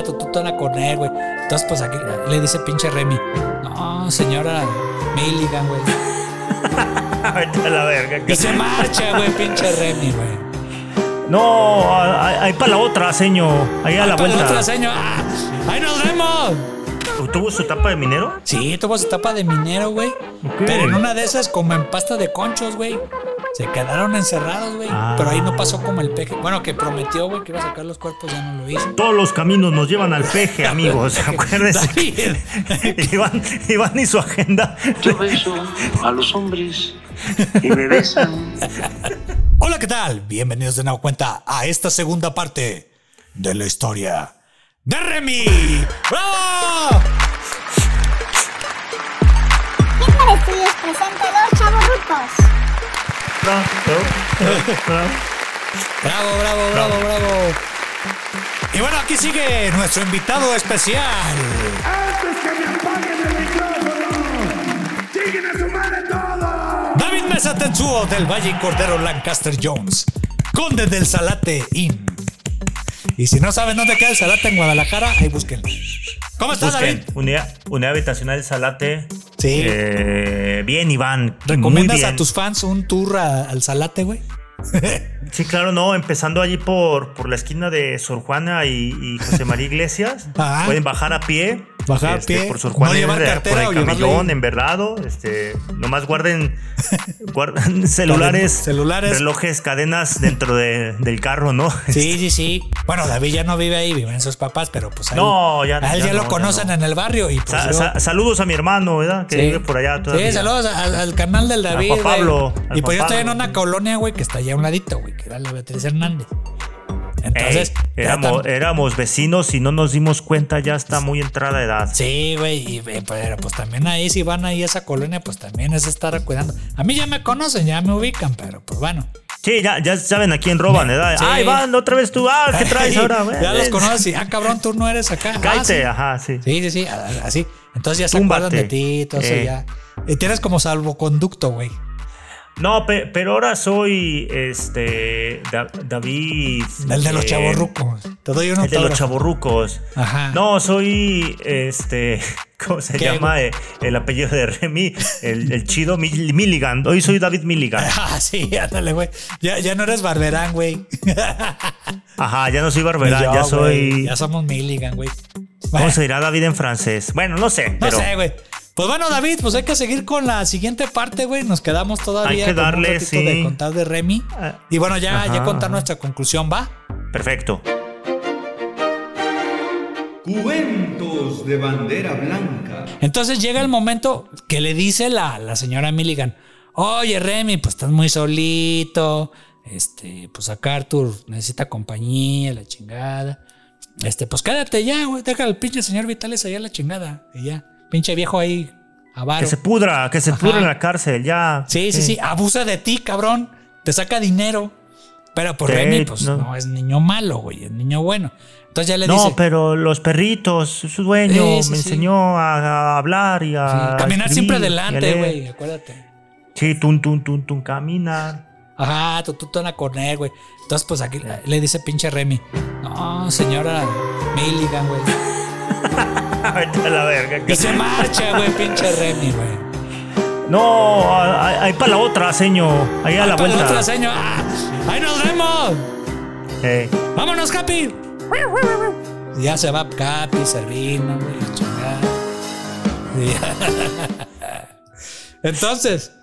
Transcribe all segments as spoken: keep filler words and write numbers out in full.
Ajá, tú, tú te van a correr, güey. Entonces, pues aquí le dice pinche Remy. No, señora Milligan, güey. Vete a la verga. Y se marcha, güey, pinche Remy, güey. No, ahí para la otra, señor. Ahí a Ahí la para vuelta. la otra, señor. ¡Ah! ¡Ahí nos vemos! ¿Tuvo su etapa de minero? Sí, tuvo su etapa de minero, güey. Okay. Pero en una de esas, como en pasta de conchos, güey. Se quedaron encerrados, güey. Ah. Pero ahí no pasó como el peje. Bueno, que prometió, güey, que iba a sacar los cuerpos, ya no lo hizo. Todos los caminos nos llevan al peje, amigos. Acuérdense que Iván, Iván y su agenda. Yo beso a los hombres y me besan. Hola, ¿qué tal? Bienvenidos de nuevo cuenta a esta segunda parte de la historia de Remy. ¡Bravo! Hitler Studios presenta Los Chavorrucos. Bravo, bravo, Bravo, bravo, bravo, bravo. Y bueno, aquí sigue nuestro invitado especial. ¡Antes que me apaguen el micrófono! ¡Siguen a su madre todo! David Mesa Tetsuo del Valle y Cordero Lancaster Jones, conde del Salate Inn. Y si no saben dónde queda el Salate en Guadalajara, ahí búsquenlo. ¿Cómo estás, Busquen, David? Unidad, unidad habitacional Salate. Sí. Eh, bien, Iván. ¿Recomiendas muy bien. a tus fans un tour a- al Salate, güey? Sí, claro, no. Empezando allí por, por la esquina de Sor Juana y, y José María Iglesias. Ajá. Pueden bajar a pie. Bajar a este, pie. Por Sor Juana, No llevar de- cartera por o el llevarla camellón, ahí. enverdado. Este, nomás guarden, guarden celulares, Celulares. relojes, cadenas dentro de, del carro, ¿no? Sí, sí, sí. Bueno, David ya no vive ahí, viven sus papás, pero pues ahí, No, ya no, a él ya, ya lo no, conocen ya no. en el barrio. Y pues Sa- yo- sa- saludos a mi hermano, ¿verdad? Que Sí. vive por allá todavía. Sí, saludos al, al canal del David, Juan güey. Pablo, al Y pues Juan yo estoy en Pablo. una colonia, güey, que está allá a un ladito, güey, que era la Beatriz Hernández. Entonces, Ey, ya éramos, tam- éramos vecinos y no nos dimos cuenta, ya está muy entrada de edad. Sí, güey, y, eh, pero pues también ahí, si van ahí a esa colonia, pues también es estar cuidando. A mí ya me conocen, ya me ubican, pero pues bueno. Sí, ya, ya saben a quién roban, ¿verdad? Sí. Ay, Iván, otra vez tú. Ah, ¿qué traes ahora? güey? Ya los conoces y, ah, cabrón, tú no eres acá. Ah, Cállate, sí. ajá, sí. Sí, sí, sí, a- así. Entonces ya se Túmbate. acuerdan de ti, todo eso Eh. ya. Y tienes como salvoconducto, güey. No, pe- pero ahora soy este Da- David. El de los eh, chavorrucos. Te doy un El de los autógrafo. chavorrucos. Ajá. No, soy este. ¿Cómo se ¿Qué, llama? Eh, el apellido de Remy. El, el chido Mil- Milligan. Hoy soy David Milligan. Ah, sí, ándale, güey. Ya, ya no eres Barberán, güey. Ajá, ya no soy Ni Barberán, yo, ya güey. soy. Ya somos Milligan, güey. ¿Cómo Bueno, se dirá David en francés? Bueno, no sé. no pero sé, güey. Pues bueno, David, pues hay que seguir con la siguiente parte, güey. Nos quedamos todavía Hay que con darle, un ratito sí. de contar de Remy. Ah, Y bueno, ya, ajá, ya contar ajá. nuestra conclusión, ¿va? Perfecto. Cuentos de bandera blanca. Entonces llega el momento que le dice la, la señora Milligan: oye, Remy, pues estás muy solito. Este, pues acá Arthur necesita compañía, la chingada. Este, pues quédate ya, güey. Deja al pinche señor Vitales allá la chingada. Y ya. Pinche viejo ahí, avaro. Que se pudra, que se Ajá. pudra en la cárcel, ya. Sí, sí, sí. Abusa de ti, cabrón. Te saca dinero. Pero pues Sí, Remy, pues no. no. es niño malo, güey. Es niño bueno. Entonces ya le No, dice. pero los perritos, su dueño Sí, sí, me sí. enseñó a, a hablar y sí, a. caminar escribir siempre y a adelante, leer. güey. Acuérdate. Sí, tun, tun, tun, tun, caminar. Ajá, tú, tú te van a correr, güey. Entonces, pues aquí le dice pinche Remy: no, señora Milligan, güey. Vete a la verga. Y se marcha, güey, pinche Remy, güey. No, ahí ahí para la otra, señor. Ahí a la Para vuelta. otra, señor. ¡Ah! ¡Ahí nos vemos! Eh, ¡Vámonos, Capi! Y ya se va Capi, Servino, güey, la chingada. Y ya. Entonces,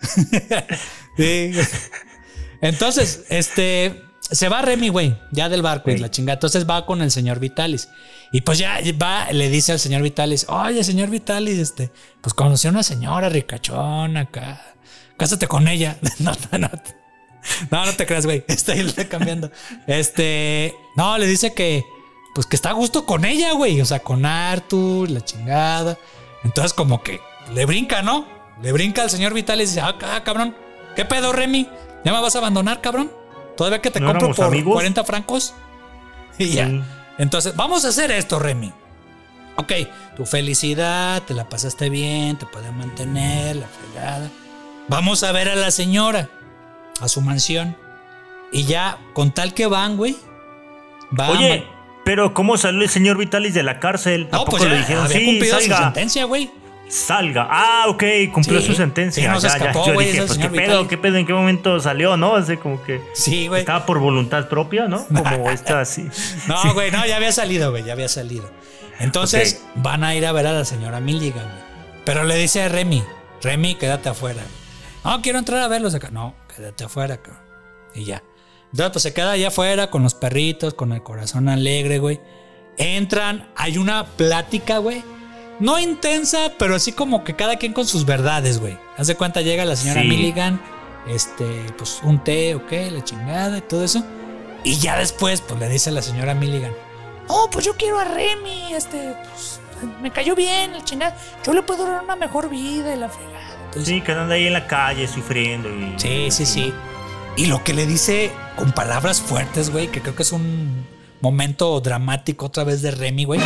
sí. Entonces, este, se va Remy, güey, ya del barco, y Sí. la chingada. Entonces va con el señor Vitalis. Y pues ya va, le dice al señor Vitalis: oye, señor Vitalis, este, pues conocí a una señora ricachona acá. Cásate con ella. No, no, no. No, no te creas, güey. Está ahí está cambiando. Este, no, le dice que, pues que está a gusto con ella, güey. O sea, con Arthur, la chingada. Entonces, como que le brinca, ¿no? Le brinca al señor Vitalis y dice: ah, ah, cabrón, ¿qué pedo, Remy? ¿Ya me vas a abandonar, cabrón? ¿Todavía que te ¿No compro éramos por amigos? cuarenta francos? Y ya. Sí. Entonces, vamos a hacer esto, Remy. Ok, tu felicidad, te la pasaste bien, te puede mantener, la fregada. Vamos a ver a la señora, a su mansión. Y ya, con tal que van, güey. Va Oye, Pero ¿cómo salió el señor Vitalis de la cárcel? No, ¿A poco pues ya le dijeron, había sí, cumplido su salga, sentencia, güey. salga? Ah, ok, cumplió Sí, su sentencia. sí, no se ya, escapó, ya. Yo güey, dije, es el pues qué señor pedo, Vitalis. qué pedo, en qué momento salió, ¿no? Así como que Sí, güey. estaba por voluntad propia, ¿no? Como esta así. No, güey, no, ya había salido, güey, ya había salido. Entonces Ok. van a ir a ver a la señora Milligan, güey. Pero le dice a Remy, Remy, quédate afuera. No, quiero entrar a verlos acá. No, quédate afuera, cabrón. Y ya. Entonces, pues se queda allá afuera con los perritos, con el corazón alegre, güey. Entran, hay una plática, güey. No intensa, pero así como que cada quien con sus verdades, güey. Haz de cuenta, llega la señora Sí. Milligan, este, pues un té, ok, la chingada y todo eso. Y ya después, pues le dice a la señora Milligan, oh, pues yo quiero a Remy, este, pues me cayó bien, la chingada. Yo le puedo dar una mejor vida y la fregada. Entonces, Sí, que andan ahí en la calle sufriendo. Y, sí, sí, sí. Y lo que le dice con palabras fuertes, güey, que creo que es un momento dramático otra vez de Remy, güey.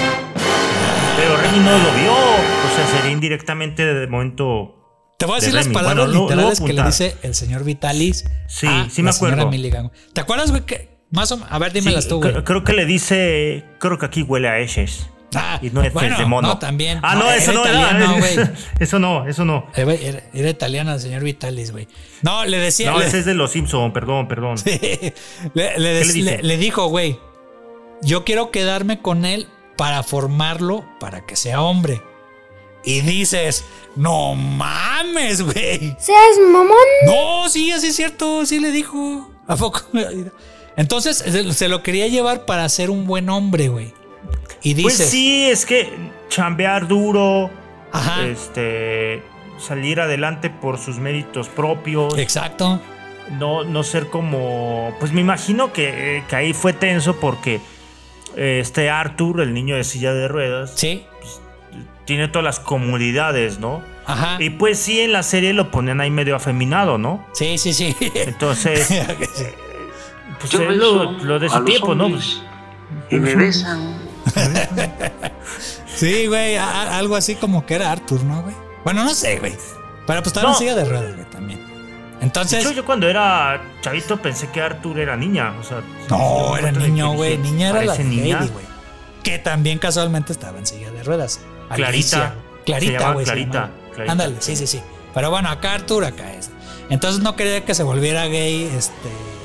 Pero Remy no lo vio. O sea, sería indirectamente de momento. Te voy a de decir las Remy. palabras Bueno, lo- lo voy a literales que le apuntar. dice el señor Vitalis. Sí, a sí me la señora acuerdo. Milligan, güey. ¿Te acuerdas, güey? Que más o menos. A ver, dímelas Sí, tú, güey. cre- creo que le dice. Creo que aquí huele a heces. Ah, Y no es bueno, de mono. no, también. Ah, no, No, eso era no italiano, era. güey. Eso no, eso no. Eh, güey, era, era italiana el señor Vitalis, güey. No, le decía. No, le, ese es de los Simpson, perdón, perdón. le, le, le dec- dice? le- le dijo, güey, yo quiero quedarme con él para formarlo para que sea hombre. Y dices, no mames, güey. ¿Seas mamón? No, sí, así es cierto, sí le dijo. ¿A poco? Entonces se- se lo quería llevar para ser un buen hombre, güey. Y dices, Pues sí, es que chambear duro, ajá, este, salir adelante por sus méritos propios, exacto. no, no ser como, pues me imagino que, que ahí fue tenso porque eh, este Arthur, el niño de silla de ruedas, Sí, tiene todas las comodidades, ¿no? ajá. Y pues sí, en la serie lo ponían ahí medio afeminado, ¿no? Sí, sí, sí. Entonces, pues Yo es beso lo, lo de a su los tiempo, ¿no? hombres y me besan. Sí, güey, a- a- algo así como que era Arthur, ¿no, güey? Bueno, no sé, güey. Pero pues estaba en No. silla de ruedas, güey, también. De Entonces, hecho, yo cuando era chavito pensé que Arthur era niña, o sea, no, sí, era de niño, que güey. dije, Niña era la de parece niña. Lady, güey. Que también casualmente estaba en silla de ruedas. Clarita. Alicia. Se Clarita, llama güey. se Clarita, llamaba. Clarita. Ándale, sí, sí, sí. Pero bueno, acá Arthur, acá es. Entonces no quería que se volviera gay, este.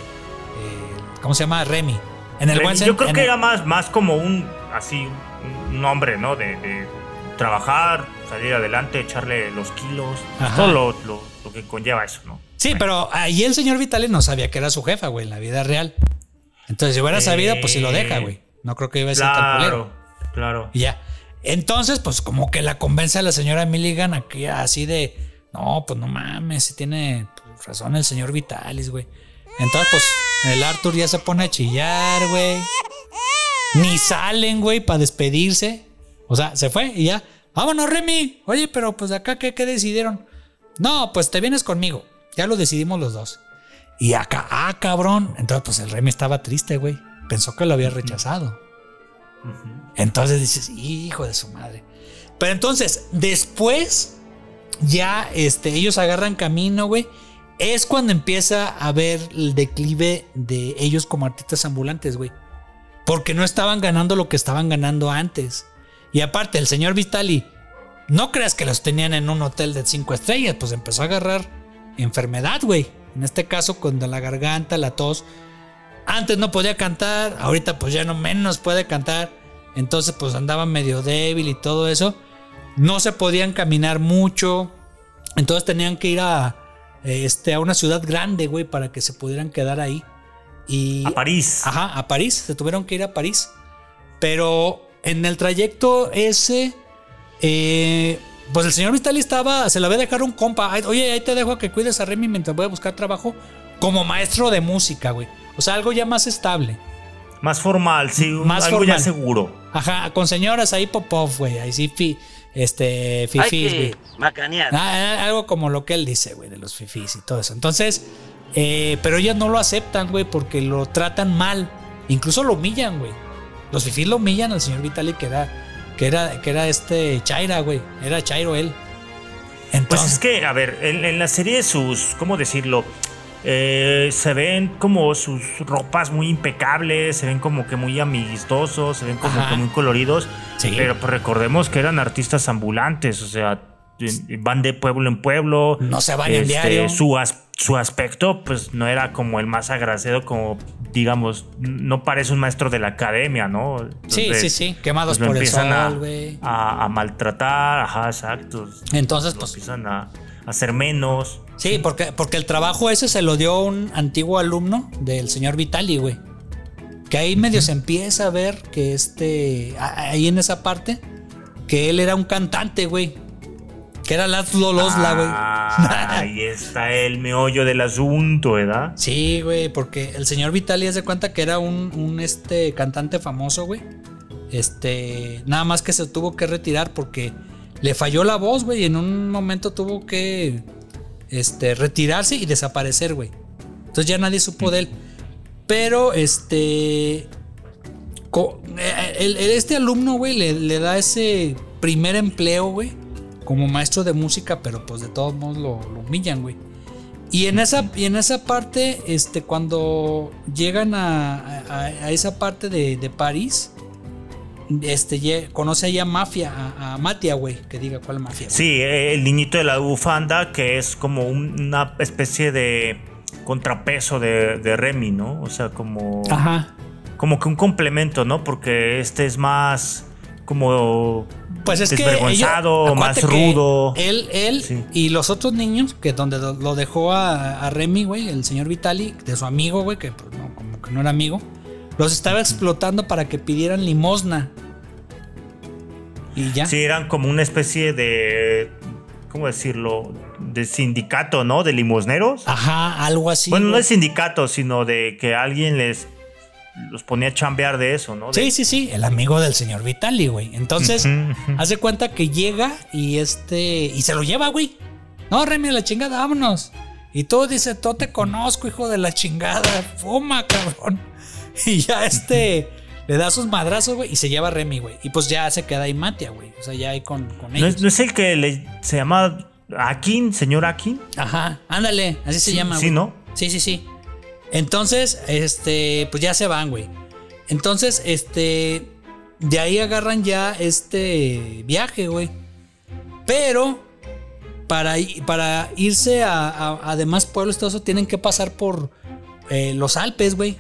eh, ¿Cómo se llama? Remy. En el buen Yo sen- creo en que el- era más, más como un, así, un hombre, ¿no? De, de trabajar, salir adelante, echarle los kilos, Ajá. todo lo, lo, lo que conlleva eso, ¿no? Sí, pero ahí el señor Vitale no sabía que era su jefa, güey, en la vida real. Entonces, si hubiera sabido, pues sí lo deja, güey. No creo que iba a ser tan culero. Claro, claro. Y ya. Entonces, pues como que la convence a la señora Milligan aquí así de, no, pues no mames, si tiene pues, razón el señor Vitalis, güey. Entonces, pues el Arthur ya se pone a chillar, güey. Ni salen, güey, para despedirse. O sea, se fue y ya. Vámonos, Remy. Oye, pero pues acá, ¿qué, qué decidieron? No, pues te vienes conmigo. Ya lo decidimos los dos. Y acá, ah, cabrón. Entonces, pues el Remy estaba triste, güey. Pensó que lo había rechazado. Entonces dices, hijo de su madre. Pero entonces, después, ya este, ellos agarran camino, güey. Es cuando empieza a ver el declive de ellos como artistas ambulantes, güey. Porque no estaban ganando lo que estaban ganando antes. Y aparte, el señor Vitali, no creas que los tenían en un hotel de cinco estrellas, pues empezó a agarrar enfermedad, güey. En este caso, con la garganta, la tos. Antes no podía cantar, ahorita pues ya no menos puede cantar. Entonces pues andaba medio débil y todo eso. No se podían caminar mucho. Entonces tenían que ir a, este, a una ciudad grande, güey, para que se pudieran quedar ahí. Y, A París. Ajá, a París. Se tuvieron que ir a París. Pero en el trayecto ese, eh, pues el señor Vitali estaba, se lo había dejado un compa. Ay, oye, ahí te dejo a que cuides a Remy mientras voy a buscar trabajo como maestro de música, güey. O sea, algo ya más estable. Más formal, sí, un- Más algo formal. ya seguro. Ajá, con señoras ahí pop-off, güey. Ahí sí, fi, este, Hay fifís, que güey. macanear. Ah, ah, algo como lo que él dice, güey, de los fifís y todo eso. Entonces, eh, pero ellas no lo aceptan, güey, porque lo tratan mal. Incluso lo humillan, güey. Los fifís lo humillan al señor Vitali, que era, que era, que era este Chaira, güey. Era Chairo él. Pues Entonces, es que, a ver, en, en la serie sus, ¿cómo decirlo? Eh, se ven como sus ropas muy impecables, se ven como que muy amistosos, se ven como Ajá. que muy coloridos. Sí. Pero pues recordemos que eran artistas ambulantes, o sea, van de pueblo en pueblo. No se bañan diario. Su, as, su aspecto pues no era como el más agraciado, como digamos, no parece un maestro de la academia, ¿no? Entonces, sí, sí, sí, quemados pues, por lo el empiezan sol, güey. a, a, a maltratar, ajá, exacto. Entonces, lo pues... empiezan a, a hacer menos. Sí, porque, porque el trabajo ese se lo dio un antiguo alumno del señor Vitali, güey. Que ahí medio se empieza a ver que este... Ahí en esa parte, que él era un cantante, güey. Que era Laszlo Losla, güey. Ah, ahí está el meollo del asunto, ¿verdad? Sí, güey, porque el señor Vitali hace cuenta que era un, un este, cantante famoso, güey. Este, nada más que se tuvo que retirar porque le falló la voz, güey. Y en un momento tuvo que este, retirarse y desaparecer, güey. Entonces ya nadie supo de él. Pero, este... Co- el, el, este alumno, güey, le, le da ese primer empleo, güey, como maestro de música, pero pues de todos modos lo, lo humillan, güey. Y en esa, y en esa parte, este, cuando llegan a, a, a esa parte de, de París, este, conoce ahí a Mafia, a, a Matia, güey, que diga cuál Mafia. Güey. Sí, el niñito de la bufanda, que es como un, una especie de contrapeso de, de Remy, ¿no? O sea, como... Ajá. Como que un complemento, ¿no? Porque este es más como... Pues es desvergonzado, que ellos, más rudo. Él, él sí. y los otros niños, que donde lo, lo dejó a, a Remy, güey, el señor Vitali, de su amigo, güey, que pues, no, como que no era amigo, los estaba explotando para que pidieran limosna. Y ya. Sí, eran como una especie de... ¿Cómo decirlo? De sindicato, ¿no? De limosneros. Ajá, algo así. Bueno, güey. no de sindicato, sino de que alguien les... los ponía a chambear de eso, ¿no? De... Sí, sí, sí, el amigo del señor Vitali, güey. Entonces, uh-huh, uh-huh. hace cuenta que llega y este. Y se lo lleva, güey. No, Remy, a la chingada, vámonos. Y todo dice, todo te conozco, hijo de la chingada. Fuma, cabrón. Y ya este. Le da sus madrazos, güey, y se lleva a Remy, güey. Y pues ya se queda ahí Matia, güey. O sea, ya ahí con, con ¿No ellos. es, ¿No es el que le, se llama Akin, señor Akin? Ajá, ándale, así se sí, llama, sí, güey. ¿no? Sí, sí, sí. Entonces, este, pues ya se van, güey. Entonces, este, de ahí agarran ya este viaje, güey. Pero para, para irse a, a, a demás pueblos, todo eso, tienen que pasar por eh, los Alpes, güey.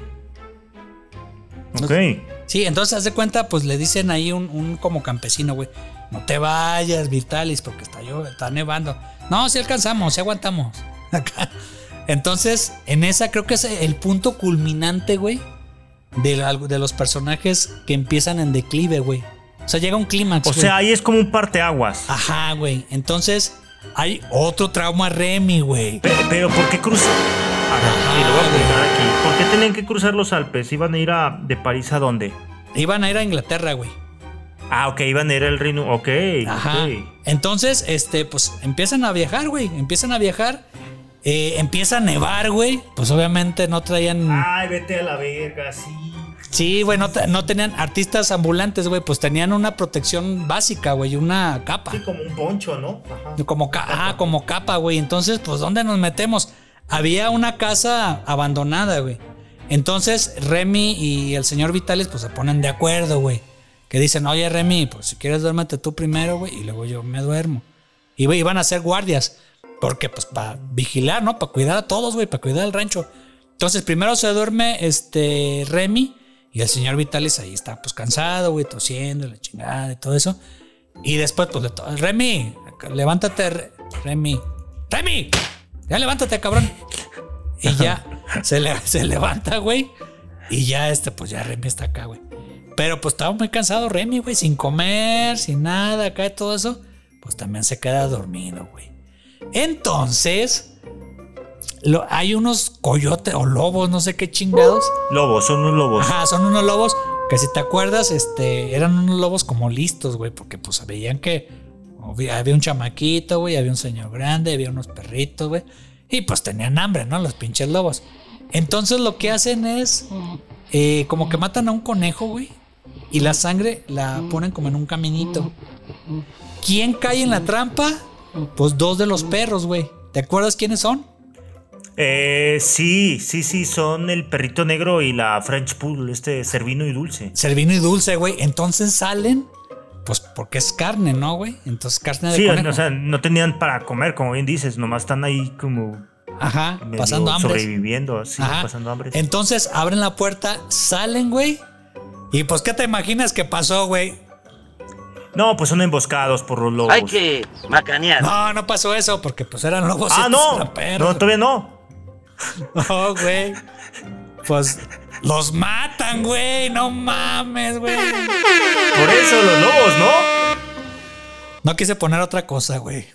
Ok. Sí, entonces haz de cuenta, pues le dicen ahí un, un como campesino, güey. No te vayas, Vitalis, porque está, yo, está nevando. No, sí alcanzamos, sí aguantamos. Acá. Entonces, en esa creo que es el punto culminante, güey, de, la, de los personajes que empiezan en declive, güey. O sea, llega un clímax. O güey. sea, ahí es como un parteaguas. Ajá, güey. Entonces, hay otro trauma Remy, güey. Pero, pero ¿por qué cruzar? Sí, lo voy a apuntar aquí. ¿Por qué tenían que cruzar los Alpes? ¿Iban a ir a, de París a dónde? Iban a ir a Inglaterra, güey. Ah, ok, iban a ir al Reino. Ok, Ajá. ok. Entonces, este, pues empiezan a viajar, güey. Empiezan a viajar. Eh, empieza a nevar, güey. Pues obviamente no traían. Ay, vete a la verga, sí. Sí, güey, no, no tenían artistas ambulantes, güey. Pues tenían una protección básica, güey. Una capa. Sí, como un poncho, ¿no? Ajá. Como, ca ah, como capa, güey. Entonces, pues, ¿dónde nos metemos? Había una casa abandonada, güey. Entonces, Remy y el señor Vitalis, pues se ponen de acuerdo, güey. Que dicen, oye, Remy, pues si quieres duérmete tú primero, güey. Y luego yo me duermo. Y, güey, iban a ser guardias. Porque, pues, para vigilar, ¿no? Para cuidar a todos, güey. Para cuidar el rancho. Entonces, primero se duerme este Remy. Y el señor Vitalis ahí está, pues, cansado, güey. Tosiendo, la chingada y todo eso. Y después, pues, le to Remy, levántate, Re Remy. ¡Remy! Ya levántate, cabrón. Y ya se, le, se levanta, güey. Y ya este, pues ya Remy está acá, güey. Pero pues estaba muy cansado Remy, güey. Sin comer, sin nada, acá y todo eso. Pues también se queda dormido, güey. Entonces, lo, hay unos coyotes o lobos, no sé qué chingados. Lobos, son unos lobos. Ajá, son unos lobos que si te acuerdas, este, eran unos lobos como listos, güey. Porque pues veían que había un chamaquito, güey, había un señor grande, había unos perritos, güey. Y pues tenían hambre, ¿no? Los pinches lobos. Entonces lo que hacen es eh, como que matan a un conejo, güey. Y la sangre la ponen como en un caminito. ¿Quién cae en la trampa? Pues dos de los perros, güey. ¿Te acuerdas quiénes son? Eh, sí, sí, sí, son el perrito negro y la French Poodle, este Cervino y Dulce. Cervino y Dulce, güey. Entonces salen, pues porque es carne, ¿no, güey? Entonces carne de Sí, conejo. o sea, no tenían para comer, como bien dices, nomás están ahí como Ajá, medio pasando hambre. sobreviviendo, así, Ajá. pasando hambre. Entonces abren la puerta, salen, güey. Y pues, ¿qué te imaginas que pasó, güey? No, pues son emboscados por los lobos. Hay que macanear. No, no pasó eso, porque pues eran lobos. Ah, y, no, pues, eran perros. no, todavía no. No, güey. Pues los matan, güey. No mames, güey. Por eso los lobos, ¿no? No quise poner otra cosa, güey.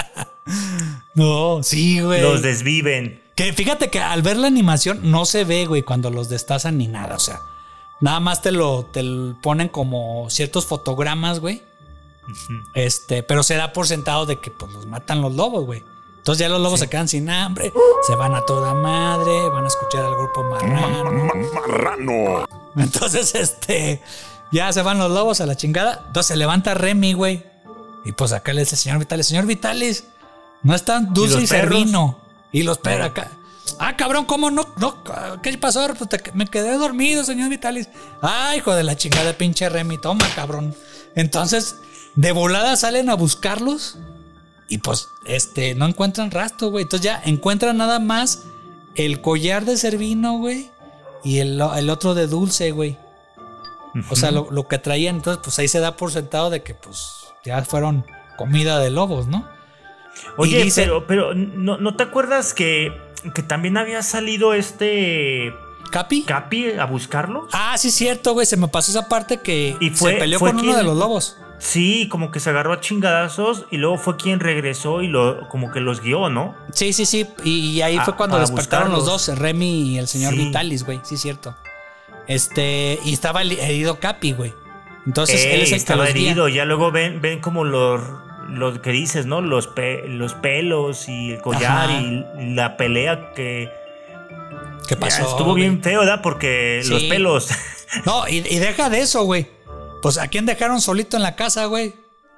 No, sí, güey. Los desviven. Que fíjate que al ver la animación no se ve, güey, cuando los destazan ni nada. O sea, nada más te lo, te lo ponen como ciertos fotogramas, güey. Ujú. Este, pero se da por sentado de que pues los matan los lobos, güey. Entonces ya los lobos Sí. se quedan sin hambre, se van a toda madre, van a escuchar al grupo marrano. Marrano. Entonces, este, ya se van los lobos a la chingada. Entonces se levanta Remy, güey. Y pues acá le dice el señor Vitalis, señor Vitalis, no están Dulce ¿Y y, los perros? Cervino. Y los perros No. acá. Ah, cabrón, ¿cómo no? no ¿Qué pasó? Pues te- me quedé dormido, señor Vitalis. Ah, hijo de la chingada, pinche Remy, toma, cabrón. Entonces, de volada salen a buscarlos. Y pues, este, no encuentran rastro, güey. Entonces ya encuentran nada más el collar de Cervino, güey. Y el, el otro de Dulce, güey. O sea, lo, lo que traían. Entonces, pues ahí se da por sentado de que, pues, ya fueron comida de lobos, ¿no? Oye, Y dice- pero, pero ¿no, ¿no te acuerdas que, que también había salido este ¿Capi? Capi a buscarlos? Ah, sí, cierto, güey. Se me pasó esa parte que Y fue- se peleó fue con uno quien- de los lobos. Sí, como que se agarró a chingadazos y luego fue quien regresó y lo como que los guió, ¿no? Sí, sí, sí. Y, y ahí A- fue cuando a despertaron los buscarlos. dos, Remy y el señor Sí. Vitalis, güey. Sí, cierto. Este, y estaba heri- herido Capi, güey. Entonces Ey, él es el que estaba los guía. herido. Ya luego ven, ven como los, los que dices, ¿no? Los, pe- los pelos y el collar Ajá. y, y la pelea que ¿Qué ya pasó? estuvo güey? bien feo, ¿verdad? Porque Sí. los pelos. No, y, y deja de eso, güey. Pues a quién dejaron solito en la casa, güey.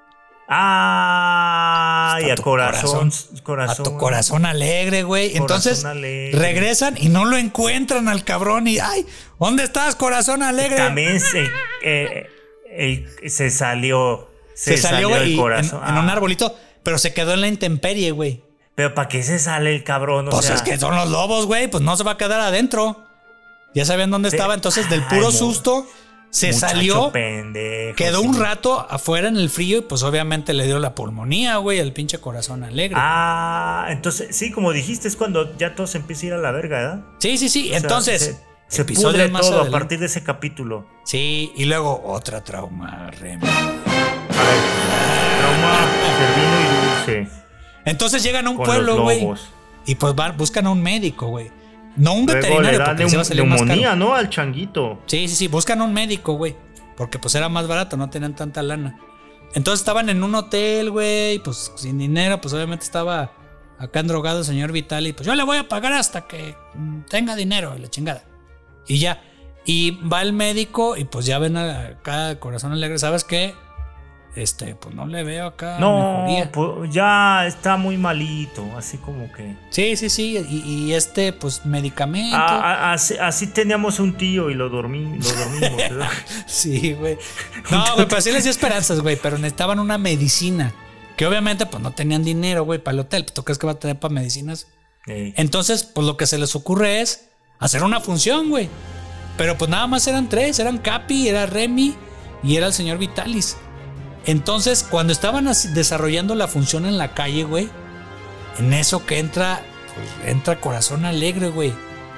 Ah, y A a tu corazón, A corazón. tu corazón alegre, güey. Corazón Entonces alegre. regresan y no lo encuentran al cabrón. Y ay, ¿dónde estás, corazón alegre? También se, eh, eh, se salió. se, salió, güey, el y en, corazón. en un Ah, arbolito, pero se quedó en la intemperie, güey. Pero ¿para qué se sale el cabrón? O Pues sea, es que son los lobos, güey. Pues no se va a quedar adentro. Ya sabían dónde Sí. estaba. Entonces, del puro Ay, mo- susto, se muchacho salió. pendejo, Quedó sí. un rato afuera en el frío y pues obviamente le dio la pulmonía, güey, el pinche corazón alegre. Ah, entonces, sí, como dijiste, es cuando ya todo se empieza a ir a la verga, ¿verdad? Sí, sí, sí. O sea, Entonces, se, se episodios pudre más todo a adelante. partir de ese capítulo. Sí, y luego otra trauma, Remy. A ver, trauma, Cervino y Dulce. Entonces llegan a un Con pueblo, los güey. lobos. Y pues van, buscan a un médico, güey. No un Luego le veterinario, da porque les iba a neum- salir más neumonía, caro. ¿no? Al changuito. Sí, sí, sí. Buscan a un médico, güey. Porque pues era más barato, no tenían tanta lana. Entonces estaban en un hotel, güey. Pues sin dinero, pues obviamente estaba acá drogado el señor Vitali. Pues yo le voy a pagar hasta que mm, tenga dinero, y la chingada. Y ya. Y va el médico y pues ya ven a cada corazón alegre. ¿Sabes qué? Este, pues no le veo acá No, mejoría. pues ya está muy malito, así como que... Sí, sí, sí. Y, y este, pues medicamento. Ah, ah, así, así teníamos un tío y lo, dormí, lo dormimos, ¿verdad? Sí, güey. No, güey, pero sí les dio esperanzas, güey. Pero necesitaban una medicina. Que obviamente, pues no tenían dinero, güey, para el hotel. ¿Tú crees que va a tener para medicinas? Ey. Entonces, pues lo que se les ocurre es hacer una función, güey. Pero pues nada más eran tres. Eran Capi, era Remy y era el señor Vitalis. Entonces, cuando estaban así desarrollando la función en la calle, güey, en eso que entra, pues entra corazón alegre, güey.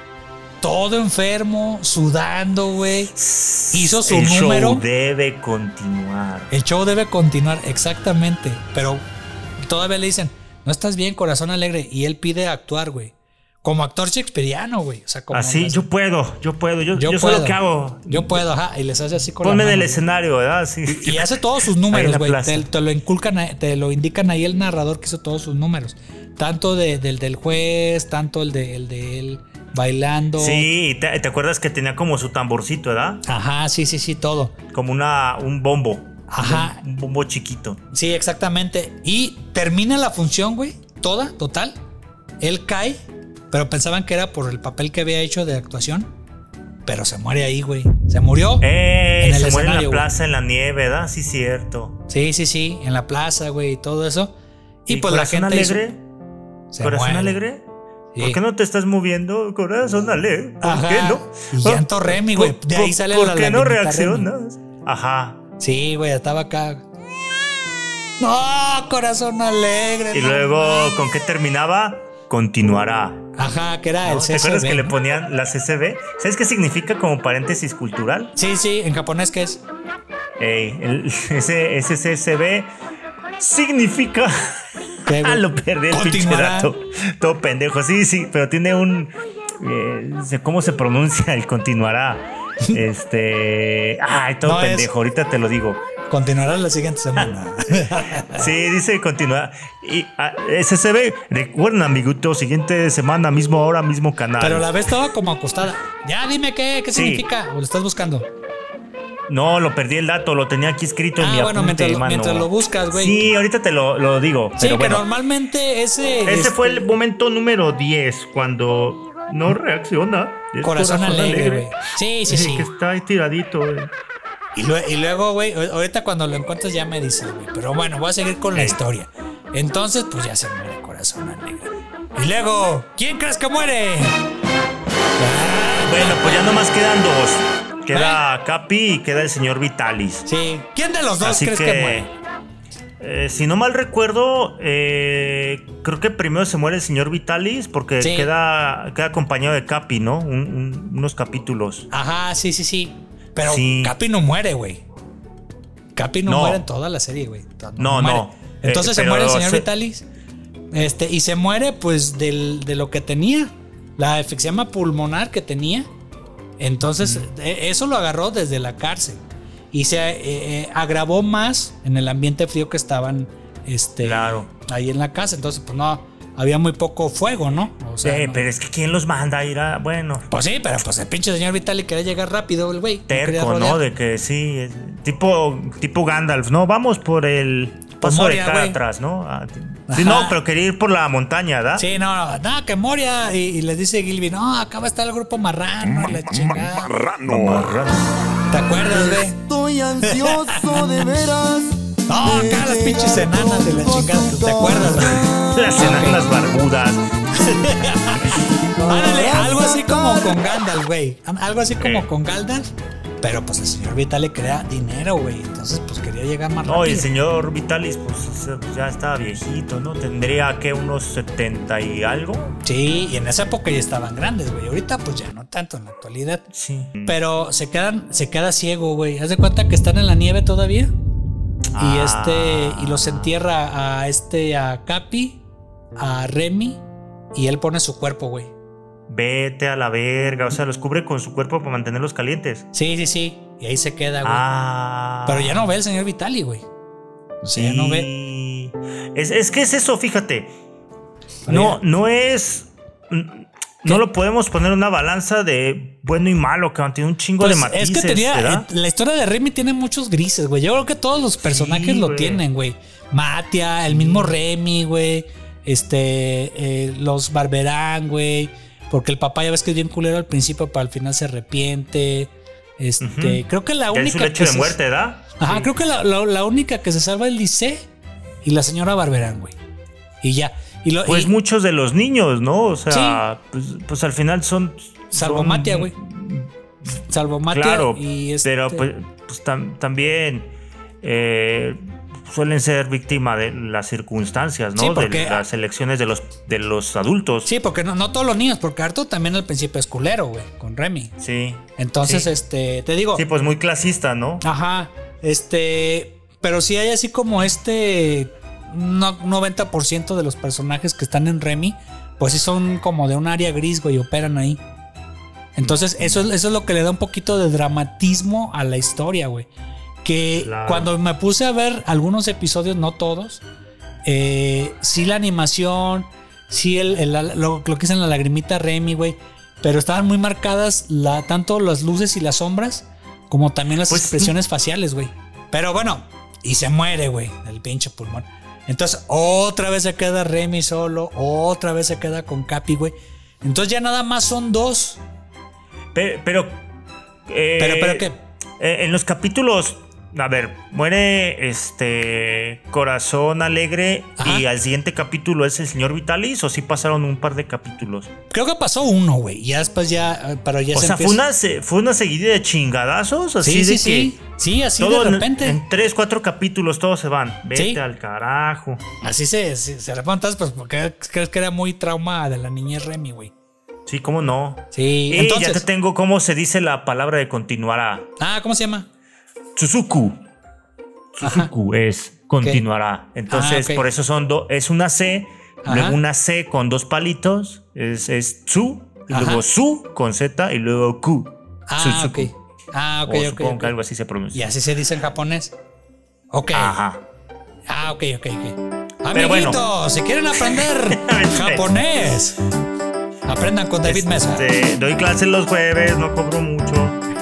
Todo enfermo, sudando, güey. Hizo su El número. show debe continuar. El show debe continuar, exactamente. Pero todavía le dicen, no estás bien, corazón alegre. Y él pide actuar, güey. Como actor shakespeariano, güey. O sea, como Así, las- yo puedo, yo puedo, yo, yo, sé puedo. lo que hago. Yo puedo, ajá. Y les hace así con Ponme la en el mano. escenario, ¿verdad? Sí. Y hace todos sus Ahí en números, la güey. plaza. Te, te lo inculcan, ahí- te lo indican ahí el narrador que hizo todos sus números. Tanto de, del, del juez, tanto el de, el de él bailando. Sí, te, te acuerdas que tenía como su tamborcito, ¿verdad? Ajá, sí, sí, sí, todo. Como una, un bombo. Ajá. Un, un bombo chiquito. Sí, exactamente. Y termina la función, güey. Toda, total. Él cae pero pensaban que era por el papel que había hecho de actuación. Pero se muere ahí, güey. Se murió. Eh, en el se muere en la escenario, plaza, en la nieve, ¿verdad? Sí, cierto. Sí, sí, sí. En la plaza, güey, y todo eso. Y, ¿Y pues la Corazón gente. Alegre? hizo- ¿Corazón muere. Alegre? Sí. ¿Por qué no te estás moviendo? Corazón Alegre. ¿Por Ajá. qué no? Y llanto Remy, güey. De ahí ¿Por- sale ¿Por la qué no lagrimita reaccionas? Ajá. Sí, güey, estaba acá. No, Corazón Alegre. Y no luego, mames. ¿con qué terminaba? Continuará. Ajá, que era ¿No? el ¿Te C S B. acuerdas que le ¿no? ponían la C C B? ¿Sabes qué significa como paréntesis cultural? Sí, sí, en japonés, ¿qué es? Ey, el- ese, ese C S B significa. ¿Qué, güey? Ah, lo perdí el pinche Continuará. dato. Todo pendejo. Sí, sí, pero tiene un. eh, sé ¿Cómo se pronuncia el continuará? Este. Ay, todo No, es- pendejo. Ahorita te lo digo. Continuará la siguiente semana. Sí, dice continuar. Y ah, S C B, recuerden, amiguito, siguiente semana, mismo hora, mismo canal. Pero la vez estaba como acostada. Ya, dime qué, qué Sí. significa. ¿O lo estás buscando? No, lo perdí el dato, lo tenía aquí escrito en Ah, mi bueno, apunte, mientras lo- mano. mientras lo buscas, güey. Sí, ahorita te lo, lo digo. Sí, pero que bueno. normalmente ese. Ese este, fue el momento número diez, cuando no reacciona. Es Corazón alegre, güey. Sí, sí, sí. Que está ahí tiradito, güey. Y, lue- y luego, güey, ahorita cuando lo encuentres ya me dices, güey. Pero bueno, voy a seguir con la historia. Entonces, pues ya se muere Corazón Alegre. Y luego, ¿quién crees que muere? Bueno, pues ya nomás quedan dos. Queda Capi y queda el señor Vitalis. Sí. ¿Quién de los dos Así crees que, que, muere? eh, si no mal recuerdo, eh, creo que primero se muere el señor Vitalis porque Sí. queda, queda acompañado de Capi, ¿no? Un- un- unos capítulos. Ajá, sí, sí, sí. Pero Sí. Capi no muere, güey. Capi no, No. muere en toda la serie, güey. No, muere. no. Entonces Eh, se pero muere el señor se- Vitalis. Este, y se muere, pues, del, de lo que tenía. La efixema pulmonar que tenía. Entonces, eh, eso lo agarró desde la cárcel. Y se eh, eh, agravó más en el ambiente frío que estaban este, Claro. ahí en la casa. Entonces, pues no, había muy poco fuego, ¿no? O sea, Eh, no- pero es que ¿quién los manda a ir a...? Bueno, Pues sí, pero pues el pinche señor Vitali quería llegar rápido, el güey. quería terco, rodear. ¿no? De que sí, es tipo, tipo Gandalf, ¿no? Vamos por el paso Moria, de acá güey. atrás, ¿no? Ah, t- Ajá. sí, no, pero quería ir por la montaña, ¿verdad? Sí, no, no, no, que Moria. Y, y les dice Gilby, no, acá va a estar el grupo marrano. y la chingada. ¿Te acuerdas, güey? Estoy ansioso de veras. No, acá las pinches enanas de la chingada. ¿Te acuerdas, güey? Las enanas barbudas. Ándale, algo así como con Gandalf, güey. Algo así como Eh. con Gandalf. Pero pues el señor Vitali quería dinero, güey. Entonces, pues quería llegar más No, rápido. y el señor Vitalis, pues ya estaba viejito, ¿no? Tendría que unos setenta y algo. Sí, y en esa época ya estaban grandes, güey. Ahorita, pues ya no tanto en la actualidad. Sí. Pero se quedan, se queda ciego, güey. Haz de cuenta que están en la nieve todavía. Y Ah. este, y los entierra a este, a Capi, a Remy, y él pone su cuerpo, güey. Vete a la verga. O sea, los cubre con su cuerpo para mantenerlos calientes. Sí, sí, sí. Y ahí se queda, güey. Ah. Pero ya no ve el señor Vitali, güey. O sea, ya no ve. Sí. Es, es que es eso, fíjate. Pero No, ya- no es. No lo podemos poner en una balanza de bueno y malo, que tiene un chingo Pues, de matices. es que tenía. ¿verdad? eh, La historia de Remy tiene muchos grises, güey. Yo creo que todos los personajes lo güey. tienen, güey. Matia, el mismo Remy, güey. Este. eh, los Barberán, güey. Porque el papá ya ves que es bien culero al principio, pero al final se arrepiente. Este. Ujú. Creo que la Ya es su única. lecho que de se- muerte, ¿verdad? Ajá, Sí. creo que la, la- la única que se salva es Lice y la señora Barberán, güey. Y ya. Y lo, Pues y- muchos de los niños, ¿no? O sea, pues, pues al final son. Salvo son- Matia, güey. Salvo Matia Claro, y este, pero pues, pues tam- también eh, suelen ser víctima de las circunstancias, ¿no? Sí, porque- de las elecciones de los, de los adultos. Sí, porque no, no todos los niños, porque Arthur también al principio es culero, güey, con Remy. Sí. Entonces, Sí. este, te digo, Sí, pues muy clasista, ¿no? ajá, este, pero sí hay así como este no- noventa por ciento de los personajes que están en Remy, pues sí son como de un área gris, güey, operan ahí. Entonces, eso es, eso es lo que le da un poquito de dramatismo a la historia, güey. Que Claro. cuando me puse a ver algunos episodios, no todos, eh, sí la animación, sí el, el- lo, lo que es en la lagrimita Remy, güey, pero estaban muy marcadas la, tanto las luces y las sombras, como también las Pues, expresiones faciales, güey. Pero bueno, y se muere, güey, del pinche pulmón. Entonces, otra vez se queda Remy solo, otra vez se queda con Capi, güey. Entonces ya nada más son dos. Pero, pero, eh, Pero, pero ¿qué? eh, en los capítulos, a ver, muere este Corazón Alegre. Ajá. Y al siguiente capítulo es el señor Vitalis, o sí pasaron un par de capítulos. Creo que pasó uno, güey. Y ya después ya, pero ya O se sea, empieza. fue una, se- fue una seguidilla de chingadazos, así Sí, de sí, que sí. Sí, así todo de en- repente. En, tres, cuatro capítulos todos se van. Vete Sí. al carajo. Así se, se, se remontas, pues porque crees que era muy trauma de la niñez Remy, güey. Sí, cómo no. Sí, Y entonces. ya te tengo cómo se dice la palabra de continuará. Ah, ¿cómo se llama? Suzuku. Suzuku es continuará. Entonces, Ah, ok. por eso son dos. Es una C, Ajá. luego una C con dos palitos. Es, es Tsu, y Ajá. luego Su con Z y luego Ku. Ah, Suzuku. ok. Ah, ok, O ok. supongo ok. que algo así se Y pronuncia. así se dice en japonés. Ok. Ajá. Ah, ok, ok, ok. Pero bueno. Amiguitos, si quieren aprender japonés, aprendan con David Mesa. Este, doy clases los jueves, no cobro mucho.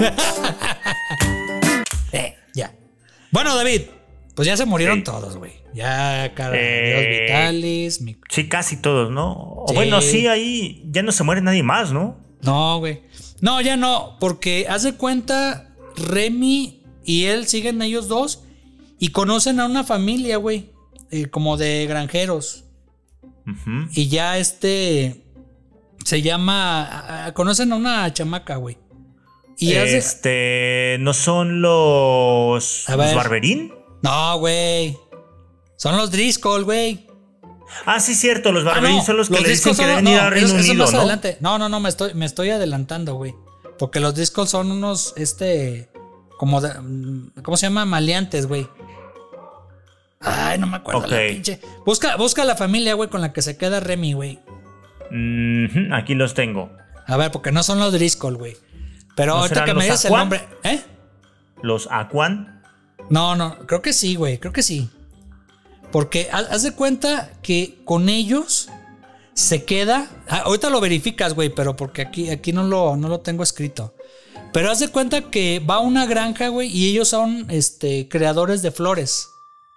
Eh, ya. Bueno, David, pues ya se murieron Sí. todos, güey. Ya, cara, Eh, Dios Vitalis, mi... Sí, casi todos, ¿no? O Sí. bueno, sí, ahí ya no se muere nadie más, ¿no? No, güey. No, ya no, porque haz de cuenta, Remy y él siguen ellos dos y conocen a una familia, güey, eh, como de granjeros. Ujú. Y ya este se llama, a- a- conocen a una chamaca, güey. Y hace- Este, ¿no son los, A los ver. Barberín? No, güey. Son los Driscoll, güey. Ah, sí, cierto, los Barberín Ah, no, son los que le Driscoll dicen que son- deben ir no, a Reino eso- eso Unido, más ¿no? adelante. No, no, no, me estoy, me estoy adelantando, güey. Porque los Driscoll son unos, este, como, de- mm, ¿cómo se llama? Maleantes, güey. Ay, no me acuerdo. Ok. La pinche. Busca, busca la familia, güey, con la que se queda Remy, güey. Ujú, aquí los tengo. A ver, porque no son los Driscoll, güey. Pero ¿No ahorita serán que me los digas el Aquan? nombre. ¿Eh? Los Aquan. No, no, creo que sí, güey, creo que sí. Porque ha- haz de cuenta que con ellos se queda. Ah, ahorita lo verificas, güey, pero porque aquí, aquí no, lo, no lo tengo escrito. Pero haz de cuenta que va a una granja, güey, y ellos son este, creadores de flores.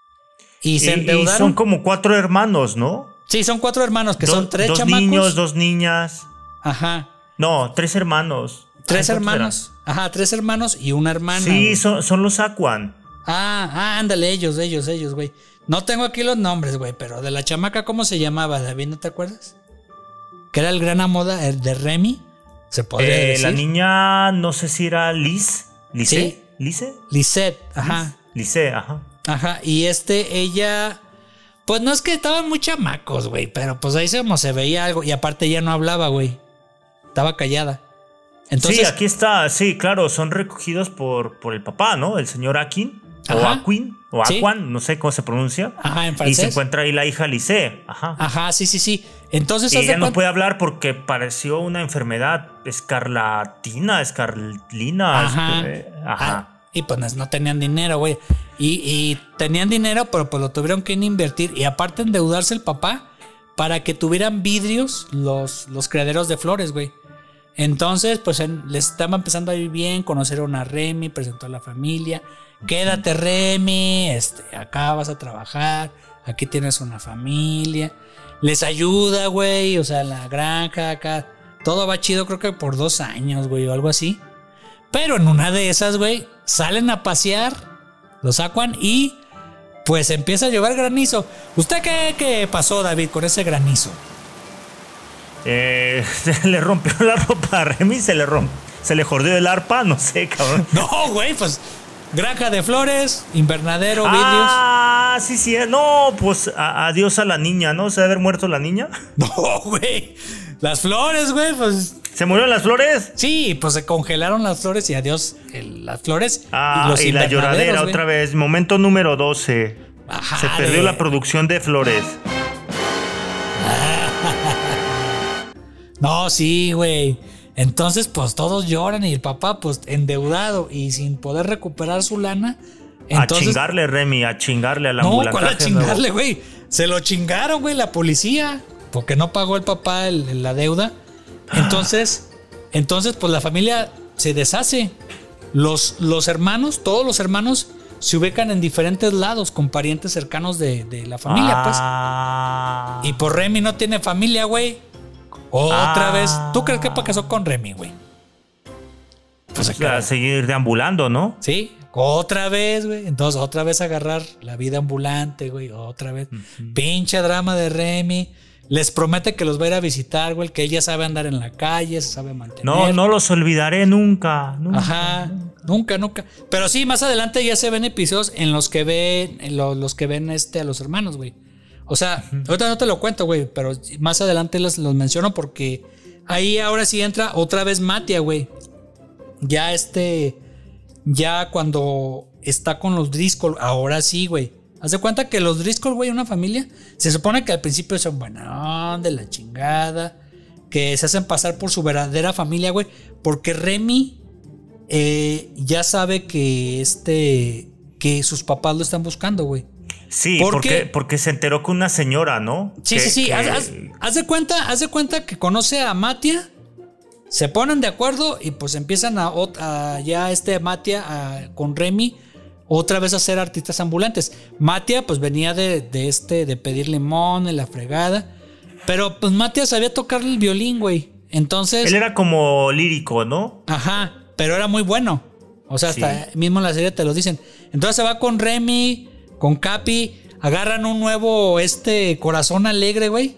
Y, Y, se y endeudaron. son como cuatro hermanos, ¿no? Sí, son cuatro hermanos, que Do- son tres dos chamacos. niños, dos niñas. Ajá. No, tres hermanos. Tres Ay, ¿cuántos hermanos. Ajá, tres hermanos y una hermana. eran? Sí, güey. son, son los Aquan. Ah, ah, ándale, ellos, ellos, ellos, güey. No tengo aquí los nombres, güey, pero de la chamaca, ¿cómo se llamaba, David? ¿No te acuerdas? Que era el gran amor de de Remy, se podría Eh, decir. la niña, no sé si era Liz. ¿Lice? Sí. ¿Lice? Lisette, ajá, Lice, ajá. ajá. Y este, ella, pues no es que estaban muy chamacos, güey, pero pues ahí se, como se veía algo. Y aparte ella no hablaba, güey. Estaba callada. Entonces, Sí, aquí está, sí, claro, son recogidos por, por el papá, ¿no? El señor Akin, o Ajá. Aquin, o Sí. Aquan, no sé cómo se pronuncia. ajá, en Y se francés. encuentra ahí la hija Lice, ajá. Ajá, sí, sí, sí. Entonces, Y haz de ella no cuenta- puede hablar porque pareció una enfermedad escarlatina, escarlina. Ajá. este, ajá. Ah, y pues no- no tenían dinero, güey. Y, y tenían dinero, pero pues lo tuvieron que invertir. Y aparte endeudarse el papá para que tuvieran vidrios los, los criaderos de flores, güey. Entonces, pues en- les estaba empezando a ir bien. Conocieron a Remy, presentó a la familia. Quédate, Remy, este, acá vas a trabajar. Aquí tienes una familia. Les ayuda, güey. O sea, la granja acá. Todo va chido, creo que por dos años, güey, o algo así. Pero en una de esas, güey, salen a pasear, los sacan y pues empieza a llover granizo. ¿Usted qué, qué pasó, David, con ese granizo? Eh, se le rompió la ropa a Remy, se le rompió, se le jordió el arpa, no sé, cabrón. No, güey, pues granja de flores, invernadero, vidrios. Ah, sí, sí. No, pues a- adiós a la niña, ¿no? ¿Se debe haber muerto la niña? No, güey. Las flores, güey, pues ¿Se murieron las flores? sí, pues se congelaron las flores y adiós el- las flores Ah, y los y la invernaderos, lloradera güey. otra vez. Momento número doce. Ajá, Se perdió de- la producción de flores. No, sí, güey. Entonces, pues todos lloran y el papá, pues endeudado y sin poder recuperar su lana. Entonces, a chingarle, Remy, a chingarle al no, ¿cuál a ambulantaje nuevo. chingarle, güey? Se lo chingaron, güey, la policía. Porque no pagó el papá el- la deuda. Entonces, entonces, pues la familia se deshace. Los, los hermanos, todos los hermanos se ubican en diferentes lados con parientes cercanos de, de la familia, Ah. pues. Y por Remy no tiene familia, güey. Otra Ah. vez. ¿Tú crees que pasó con Remy, güey? Pues O sea, seguir deambulando, ¿no? Sí, otra vez, güey. Entonces, otra vez agarrar la vida ambulante, güey. Otra vez. Uh-huh. Pinche drama de Remy. Les promete que los va a ir a visitar, güey. Que ella sabe andar en la calle, se sabe mantener. No, no los olvidaré nunca. nunca Ajá, nunca. nunca, nunca. Pero sí, más adelante ya se ven episodios en los que ven, en lo, los que ven este a los hermanos, güey. O sea, uh-huh. ahorita no te lo cuento, güey. Pero más adelante los, los menciono porque ahí ahora sí entra otra vez Matia, güey. Ya este, ya cuando está con los Driscoll, ahora sí, güey. Haz de cuenta que los Driscoll, güey, una familia, se supone que al principio son buenos, de la chingada, que se hacen pasar por su verdadera familia, güey, porque Remy eh, ya sabe que este, que sus papás lo están buscando, güey. Sí, ¿Por porque, qué? porque se enteró con una señora, ¿no? Sí, que, sí, sí. Que... Haz, haz, haz de cuenta, haz de cuenta que conoce a Matia. Se ponen de acuerdo y pues empiezan a, a ya este Matia a, con Remy otra vez a ser artistas ambulantes. Matia pues venía de, de este de pedir limón en la fregada, pero pues Matia sabía tocar el violín, güey. Entonces él era como lírico, ¿no? Ajá, pero era muy bueno. O sea, hasta sí. mismo en la serie te lo dicen. Entonces se va con Remy, con Capi, agarran un nuevo este corazón alegre, güey.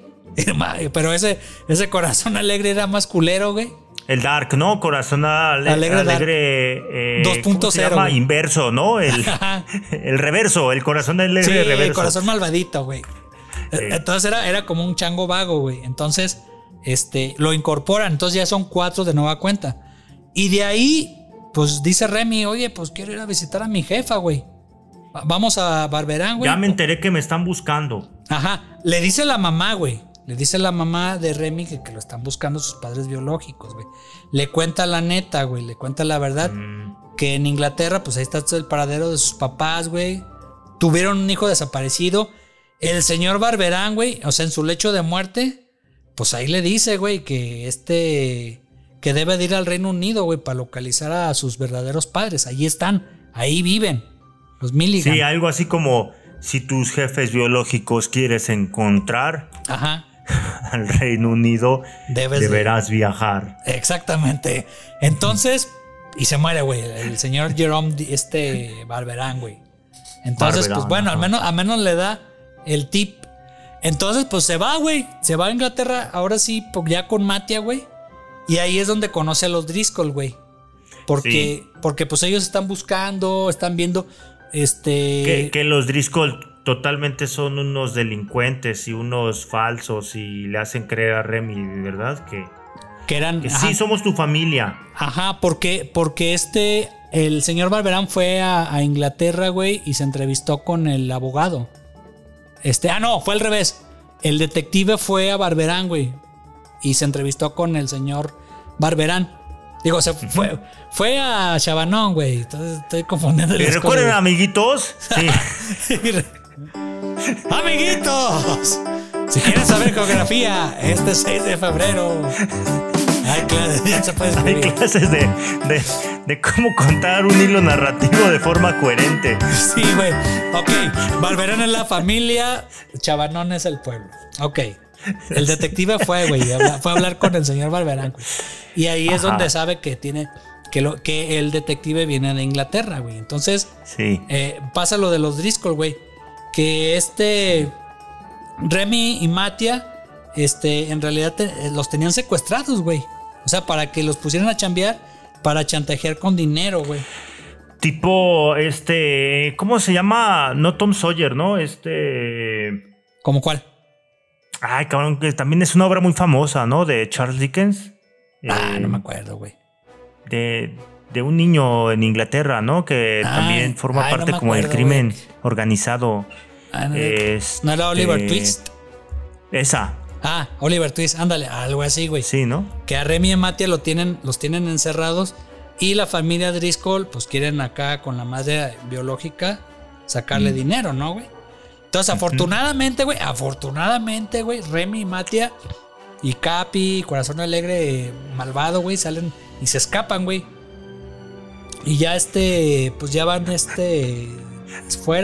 Pero ese, ese corazón alegre era más culero, güey. El Dark, ¿no? Corazón ale- alegre, alegre eh, dos punto cero. Inverso, ¿no? El, el reverso, el corazón alegre sí, reverso. El corazón malvadito, güey. Sí. Entonces era, era como un chango vago, güey. Entonces, este, lo incorporan. Entonces ya son cuatro de nueva cuenta. Y de ahí, pues dice Remy, oye, pues quiero ir a visitar a mi jefa, güey. Vamos a Barberán, güey. Ya me enteré que me están buscando. Ajá. Le dice la mamá, güey. Le dice la mamá de Remy que, que lo están buscando sus padres biológicos, güey. Le cuenta la neta, güey. Le cuenta la verdad. Mm. Que en Inglaterra, pues ahí está el paradero de sus papás, güey. Tuvieron un hijo desaparecido. El señor Barberán, güey, o sea, en su lecho de muerte, pues ahí le dice, güey, que este... que debe de ir al Reino Unido, güey, para localizar a sus verdaderos padres. Ahí están. Ahí viven. Los Milligan. Sí, algo así como... Si tus jefes biológicos quieres encontrar... Ajá. Al Reino Unido Debes deberás de... viajar. Exactamente. Entonces, y se muere, güey, el señor Jerome este Barberán, güey. Entonces, Barberán, pues bueno, al menos, al menos le da el tip. Entonces, pues se va, güey. Se va a Inglaterra, ahora sí, ya con Matia, güey. Y ahí es donde conoce a los Driscoll, güey. Porque, sí. porque pues ellos están buscando, están viendo, este... Que, que los Driscoll totalmente son unos delincuentes y unos falsos y le hacen creer a Remy, ¿verdad? Que, que eran... Que sí, somos tu familia. Ajá, porque, porque este... El señor Barberán fue a, a Inglaterra, güey, y se entrevistó con el abogado. Este... Ah, no, fue al revés. El detective fue a Barberán, güey, y se entrevistó con el señor Barberán. Digo, se fue, fue a Chabanón, güey. Entonces estoy confundiendo. ¿Y recuerden, cosas, amiguitos? Sí. Amiguitos, si quieren saber geografía, este seis de febrero hay clases, ya se puede hay clases de, de, de cómo contar un hilo narrativo de forma coherente. Sí, güey. Ok, Barberán es la familia, Chabanón es el pueblo. Ok. El detective fue, güey, fue a hablar con el señor Barberán, güey. Y ahí es Ajá. donde sabe que tiene que, lo, que el detective viene de Inglaterra, güey. Entonces, sí. eh, pasa lo de los Driscoll, güey. Que este Remy y Matia, este, en realidad te, los tenían secuestrados, güey. O sea, para que los pusieran a chambear, para chantajear con dinero, güey. Tipo, este, ¿cómo se llama? No Tom Sawyer, ¿no? Este... ¿Cómo cuál? Ay, cabrón, que también es una obra muy famosa, ¿no? De Charles Dickens. Ah, eh, no me acuerdo, güey. De, de un niño en Inglaterra, ¿no? Que ay, también forma ay, parte no como del crimen wey. organizado. Ah, no, este, ¿no era Oliver Twist? Esa. Ah, Oliver Twist, ándale, algo así, güey. Sí, ¿no? Que a Remy y Matia lo tienen, los tienen encerrados y la familia Driscoll, pues quieren acá con la madre biológica sacarle mm. dinero, ¿no, güey? Entonces, afortunadamente, güey, afortunadamente, güey, Remy y Matia y Capi, Corazón Alegre, malvado, güey, salen y se escapan, güey. Y ya este, pues ya van este fuera.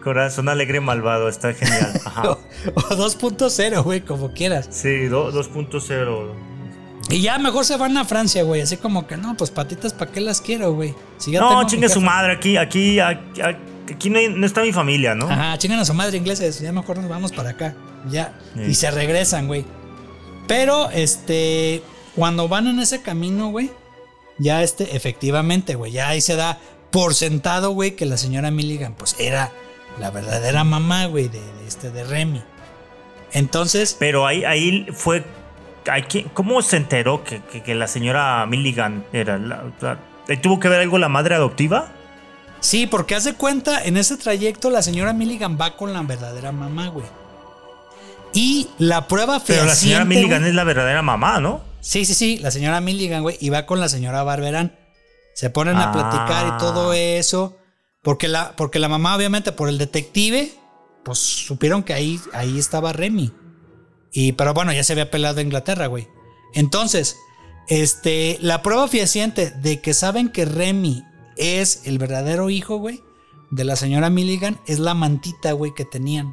Corazón alegre malvado, está genial. Ajá. O, o dos punto cero, güey, como quieras. Sí, do, dos punto cero. Y ya mejor se van a Francia, güey. Así como que no, pues patitas, ¿para qué las quiero, güey? Si ya No, tengo chingue mi su jefe. madre, aquí, aquí, aquí, aquí no, hay- no está mi familia, ¿no? Ajá, chingan a su madre ingleses. Ya mejor nos vamos para acá. Ya. Sí. Y se regresan, güey. Pero, este, cuando van en ese camino, güey, ya este, efectivamente, güey, ya ahí se da por sentado, güey, que la señora Milligan, pues era la verdadera mamá, güey, de, de este, de Remy. Entonces, Pero ahí, ahí fue. Hay que- ¿Cómo se enteró que, que, que la señora Milligan era? La, o sea, ¿tuvo que ver algo la madre adoptiva? sí, porque hace cuenta, en ese trayecto la señora Milligan va con la verdadera mamá, güey. Y la prueba Pero fehaciente, la señora Milligan güey, es la verdadera mamá, ¿no? sí, sí, sí, la señora Milligan, güey, y va con la señora Barberán. Se ponen a Ah. platicar y todo eso. Porque la, porque la mamá, obviamente, por el detective, pues supieron que ahí, ahí estaba Remy. Y, pero bueno, ya se había pelado a Inglaterra, güey. Entonces, este, la prueba fehaciente de que saben que Remy es el verdadero hijo, güey, de la señora Milligan, es la mantita, güey, que tenían.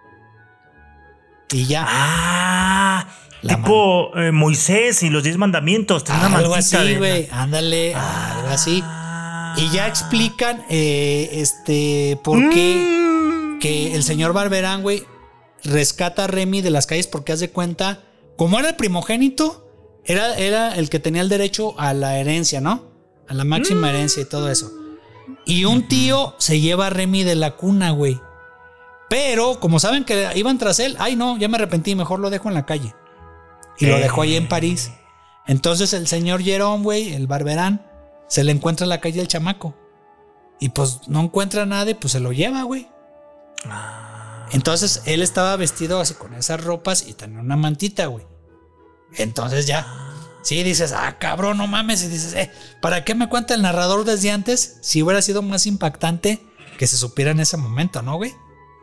Y ya. Ah, La tipo eh, Moisés y los diez mandamientos. Tenía una Algo mantita así, de- güey. Ándale, algo así. Y ya explican eh, este por qué que el señor Barberán, güey, rescata a Remy de las calles porque hace cuenta, como era el primogénito, era, era el que tenía el derecho a la herencia, ¿no? A la máxima herencia y todo eso. Y un tío se lleva a Remy de la cuna, güey. Pero, como saben que iban tras él, ay no, ya me arrepentí, mejor lo dejo en la calle. Y lo Eh. dejó ahí en París. Entonces el señor Jerome, güey, el Barberán, se le encuentra en la calle el chamaco. Y pues no encuentra nada y pues se lo lleva, güey. Entonces él estaba vestido así con esas ropas y tenía una mantita, güey. Entonces ya, sí, dices, ah, cabrón, no mames. Y dices, eh, ¿para qué me cuenta el narrador desde antes si hubiera sido más impactante que se supiera en ese momento, no, güey?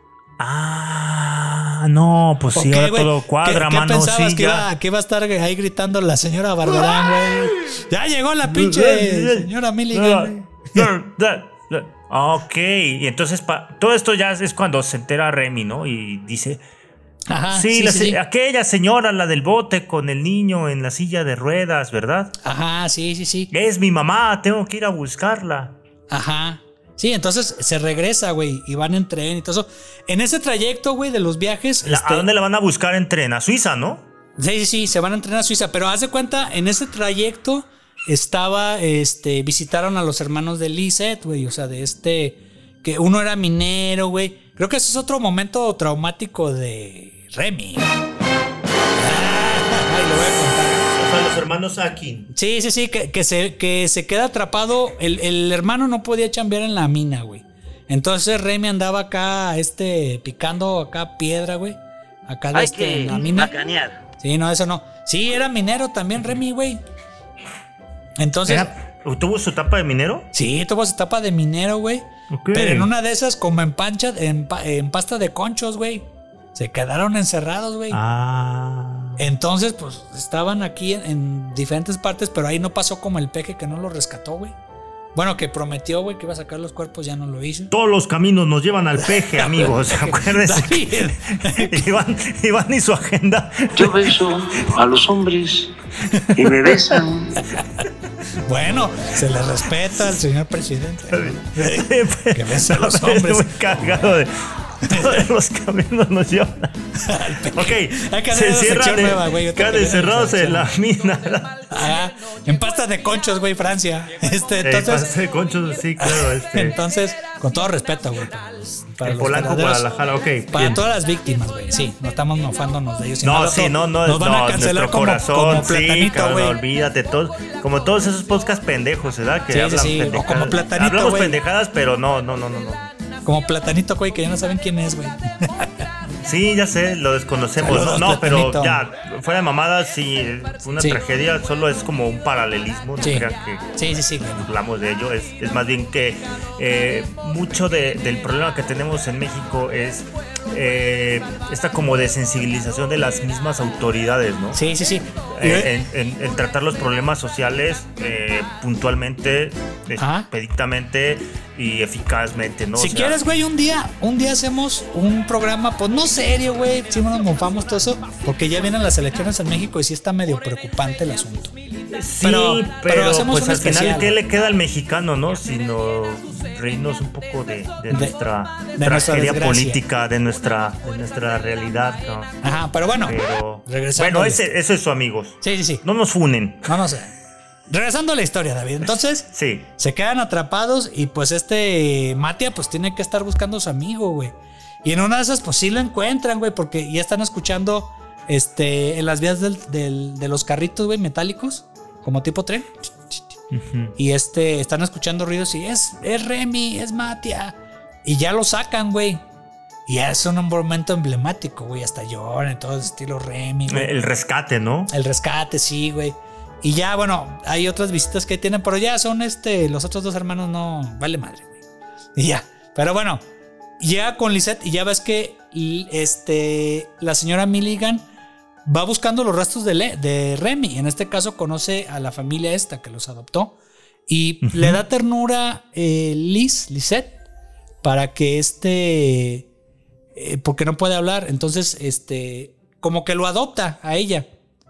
Ah, no, pues sí, ¿O qué, ahora güey? todo cuadra, ¿Qué, qué mano. pensabas Sí, que, ya. iba, que iba a estar ahí gritando la señora Barberán, güey? Ya llegó la pinche señora Milligan, güey. Ok, y entonces pa- todo esto ya es cuando se entera Remy, ¿no? Y dice, Ajá, sí, sí, la sí, se- sí. aquella señora, la del bote con el niño en la silla de ruedas, ¿verdad? Ajá, sí, sí, sí. Es mi mamá, tengo que ir a buscarla. Ajá. Sí, entonces se regresa, güey, y van en tren y todo eso. En ese trayecto, güey, de los viajes. La- este, ¿A dónde la van a buscar en tren? A Suiza, ¿no? Sí, sí, sí, se van a entrenar a Suiza. Pero haz de cuenta, en ese trayecto estaba, este, visitaron a los hermanos de Lisette, güey. O sea, de este, que uno era minero, güey. Creo que ese es otro momento traumático de Remy. Ah, ay, lo voy a contar. O sea, los hermanos Akin. Sí, sí, sí, que, que, se, que se queda atrapado. El, el hermano no podía chambear en la mina, güey. Entonces Remy andaba acá, este, picando acá piedra, güey. Acá de este, en la mina. Sí, no, eso no. Sí, era minero también, Remy, güey. Entonces, Era- ¿Tuvo su etapa de minero? sí, tuvo su etapa de minero, güey. Ok. Pero en una de esas, como en pancha, en, pa- en pasta de conchos, güey. Se quedaron encerrados, güey. Ah. Entonces, pues, estaban aquí en, en diferentes partes, pero ahí no pasó como el peje que no lo rescató, güey. Bueno, que prometió, güey, que iba a sacar los cuerpos, ya no lo hizo. Todos los caminos nos llevan al peje, amigos. Acuérdense. David. Iván, Iván y su agenda. Yo beso a los hombres y me besan. Bueno, se le respeta al señor presidente. Que besa a los Estoy hombres. muy cagado de. Todos los caminos nos llevan. Ok, Hay que hacer se una cierran sección de- nueva, güey, otra quedan que viene encerrados esa en la mina. Ajá, en pasta de conchos, güey, Francia. Este, Eh, entonces, pase de conchos, sí, claro. Este, entonces, con todo respeto, güey. Para los, para en los Polanco, verdaderos- Guadalajara, ok. Para bien. todas las víctimas, güey. Sí, no estamos mofándonos de ellos. si No, al sí, rato no, no, Nos van no, a cancelar nuestro como, corazón, como sí, platanito, cabrón, güey. olvídate, todos, como todos esos podcasts pendejos, ¿verdad? Que Sí, sí, hablan sí, o pendejadas. como Platanito, Hablamos güey. pendejadas, pero no, no, no, no, no. Como platanito, güey, que ya no saben quién es, güey. Sí, ya sé, lo desconocemos. Saludos, no, no, pero Platanito. ya, fuera de mamadas, sí, fue una Sí. tragedia, solo es como un paralelismo, no Sí. crean que Sí, sí, sí. güey. hablamos de ello, es, es más bien que eh, mucho de- del problema que tenemos en México es eh, esta como desensibilización de las mismas autoridades, ¿no? Sí, sí, sí. Y- Eh, en, en- en tratar los problemas sociales eh, puntualmente, Ajá. expeditamente y eficazmente, ¿no? Si O sea, quieres, güey, un día, un día hacemos un programa, pues no serio, güey. Si nos mofamos todo eso, porque ya vienen las elecciones en México y sí está medio preocupante el asunto. Sí, pero- pero, pero hacemos pues un al final, especial. ¿qué le queda al mexicano, no? Sino reírnos un poco de, de nuestra de nuestra tragedia desgracia. política, de nuestra, de nuestra realidad, ¿no? Ajá, pero bueno, Pero, regresando. bueno, al- ese, eso es su amigos. Sí, sí, sí. No nos funen. No, no sé. Regresando a la historia, David. Entonces, Sí. se quedan atrapados y pues este Matia pues tiene que estar buscando a su amigo, güey. Y en una de esas pues sí lo encuentran, güey, porque ya están escuchando este en las vías del, del- de los carritos, güey, metálicos, como tipo tren. Ujú. Y este están escuchando ruidos y es, es Remy, es Matia. Y ya lo sacan, güey. Y ya es un momento emblemático, güey. Hasta lloran, todo estilo Remy, güey. El rescate, ¿no? El rescate, sí, güey. Y ya, bueno, hay otras visitas que tienen, pero ya son este, los otros dos hermanos no, vale madre, güey. Y ya. Pero bueno, llega con Lisette y ya ves que l- este, la señora Milligan va buscando los rastros de, Le- de Remy. En este caso conoce a la familia esta que los adoptó. Y le da ternura eh, Liz, Lisette, para que este, eh, porque no puede hablar. Entonces, este, como que lo adopta a ella.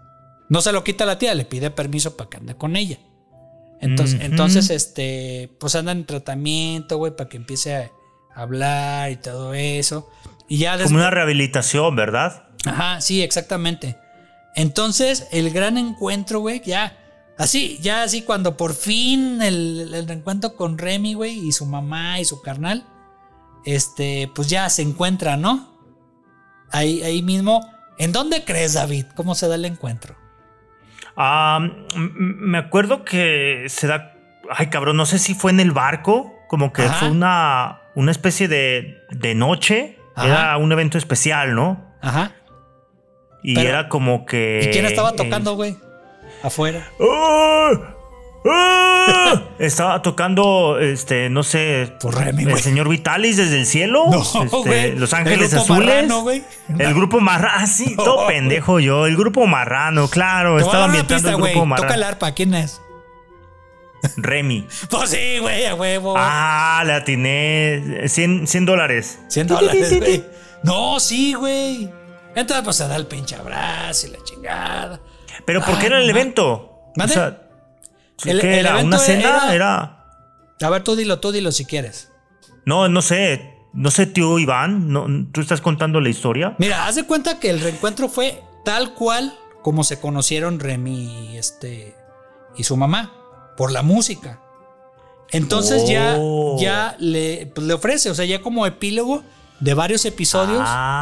No se lo quita a la tía, le pide permiso para que ande con ella. Entonces, Ujú. entonces este, pues anda en tratamiento, güey, para que empiece a hablar y todo eso. Y ya Como después. una rehabilitación, ¿verdad? Ajá, sí, exactamente. Entonces, el gran encuentro, güey, ya. Así, ya así, cuando por fin el, el reencuentro con Remy, güey, y su mamá y su carnal, este, pues ya se encuentran, ¿no? Ahí, ahí mismo. ¿En dónde crees, David? ¿Cómo se da el encuentro? Ah, m- me acuerdo que se da. Ay, cabrón, no sé si fue en el barco. Como que Ajá. fue una, una especie de, de noche. Ajá. Era un evento especial, ¿no? Ajá. Y Pero- era como que. ¿Y quién estaba eh, tocando, güey? Afuera. ¡Ah! ¡Ah! Estaba tocando, este, no sé, Pues Remy, el güey. señor Vitalis desde el cielo. No, este, güey. Los Ángeles El grupo Azules. Marrano, güey. El grupo Marrano. Ah, sí, No, todo güey. pendejo yo. El grupo Marrano, claro. Te voy a Estaba dar una ambientando pista, el güey. grupo Marrano. Toca el arpa. ¿Quién es? Remy. Pues sí, güey, a huevo. Ah, le atiné. cien, cien dólares. cien dólares, güey. No, sí, güey. Entonces, pues se da el pinche abrazo y la chingada. Pero ¿por qué Ay, era el ma- evento? ¿Mande? O sea, El- ¿qué el era? evento ¿Una cena? era- Era. A ver, tú dilo, tú dilo si quieres. No, no sé. No sé, tío Iván. No, ¿tú estás contando la historia? Mira, haz de cuenta que el reencuentro fue tal cual como se conocieron Remy y, este, y su mamá, por la música. Entonces Oh. ya, ya le, pues, le ofrece, o sea, ya como epílogo de varios episodios.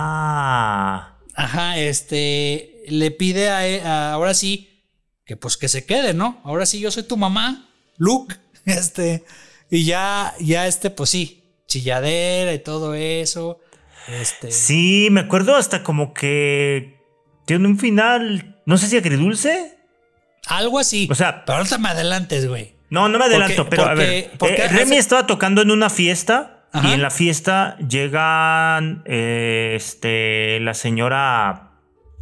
Ah. Ajá, este, le pide a, e- a- ahora sí, que pues que se quede, ¿no? Ahora sí, yo soy tu mamá, Luke, este, y ya, ya este, pues sí, chilladera y todo eso, este. Sí, me acuerdo hasta como que tiene un final, no sé si agridulce. Algo así. O sea- pero no te me adelantes, güey. No, no me adelanto, Porque- pero a porque- ver. porque eh, Remy hace- estaba tocando en una fiesta Ajá. y en la fiesta llegan eh, este, la señora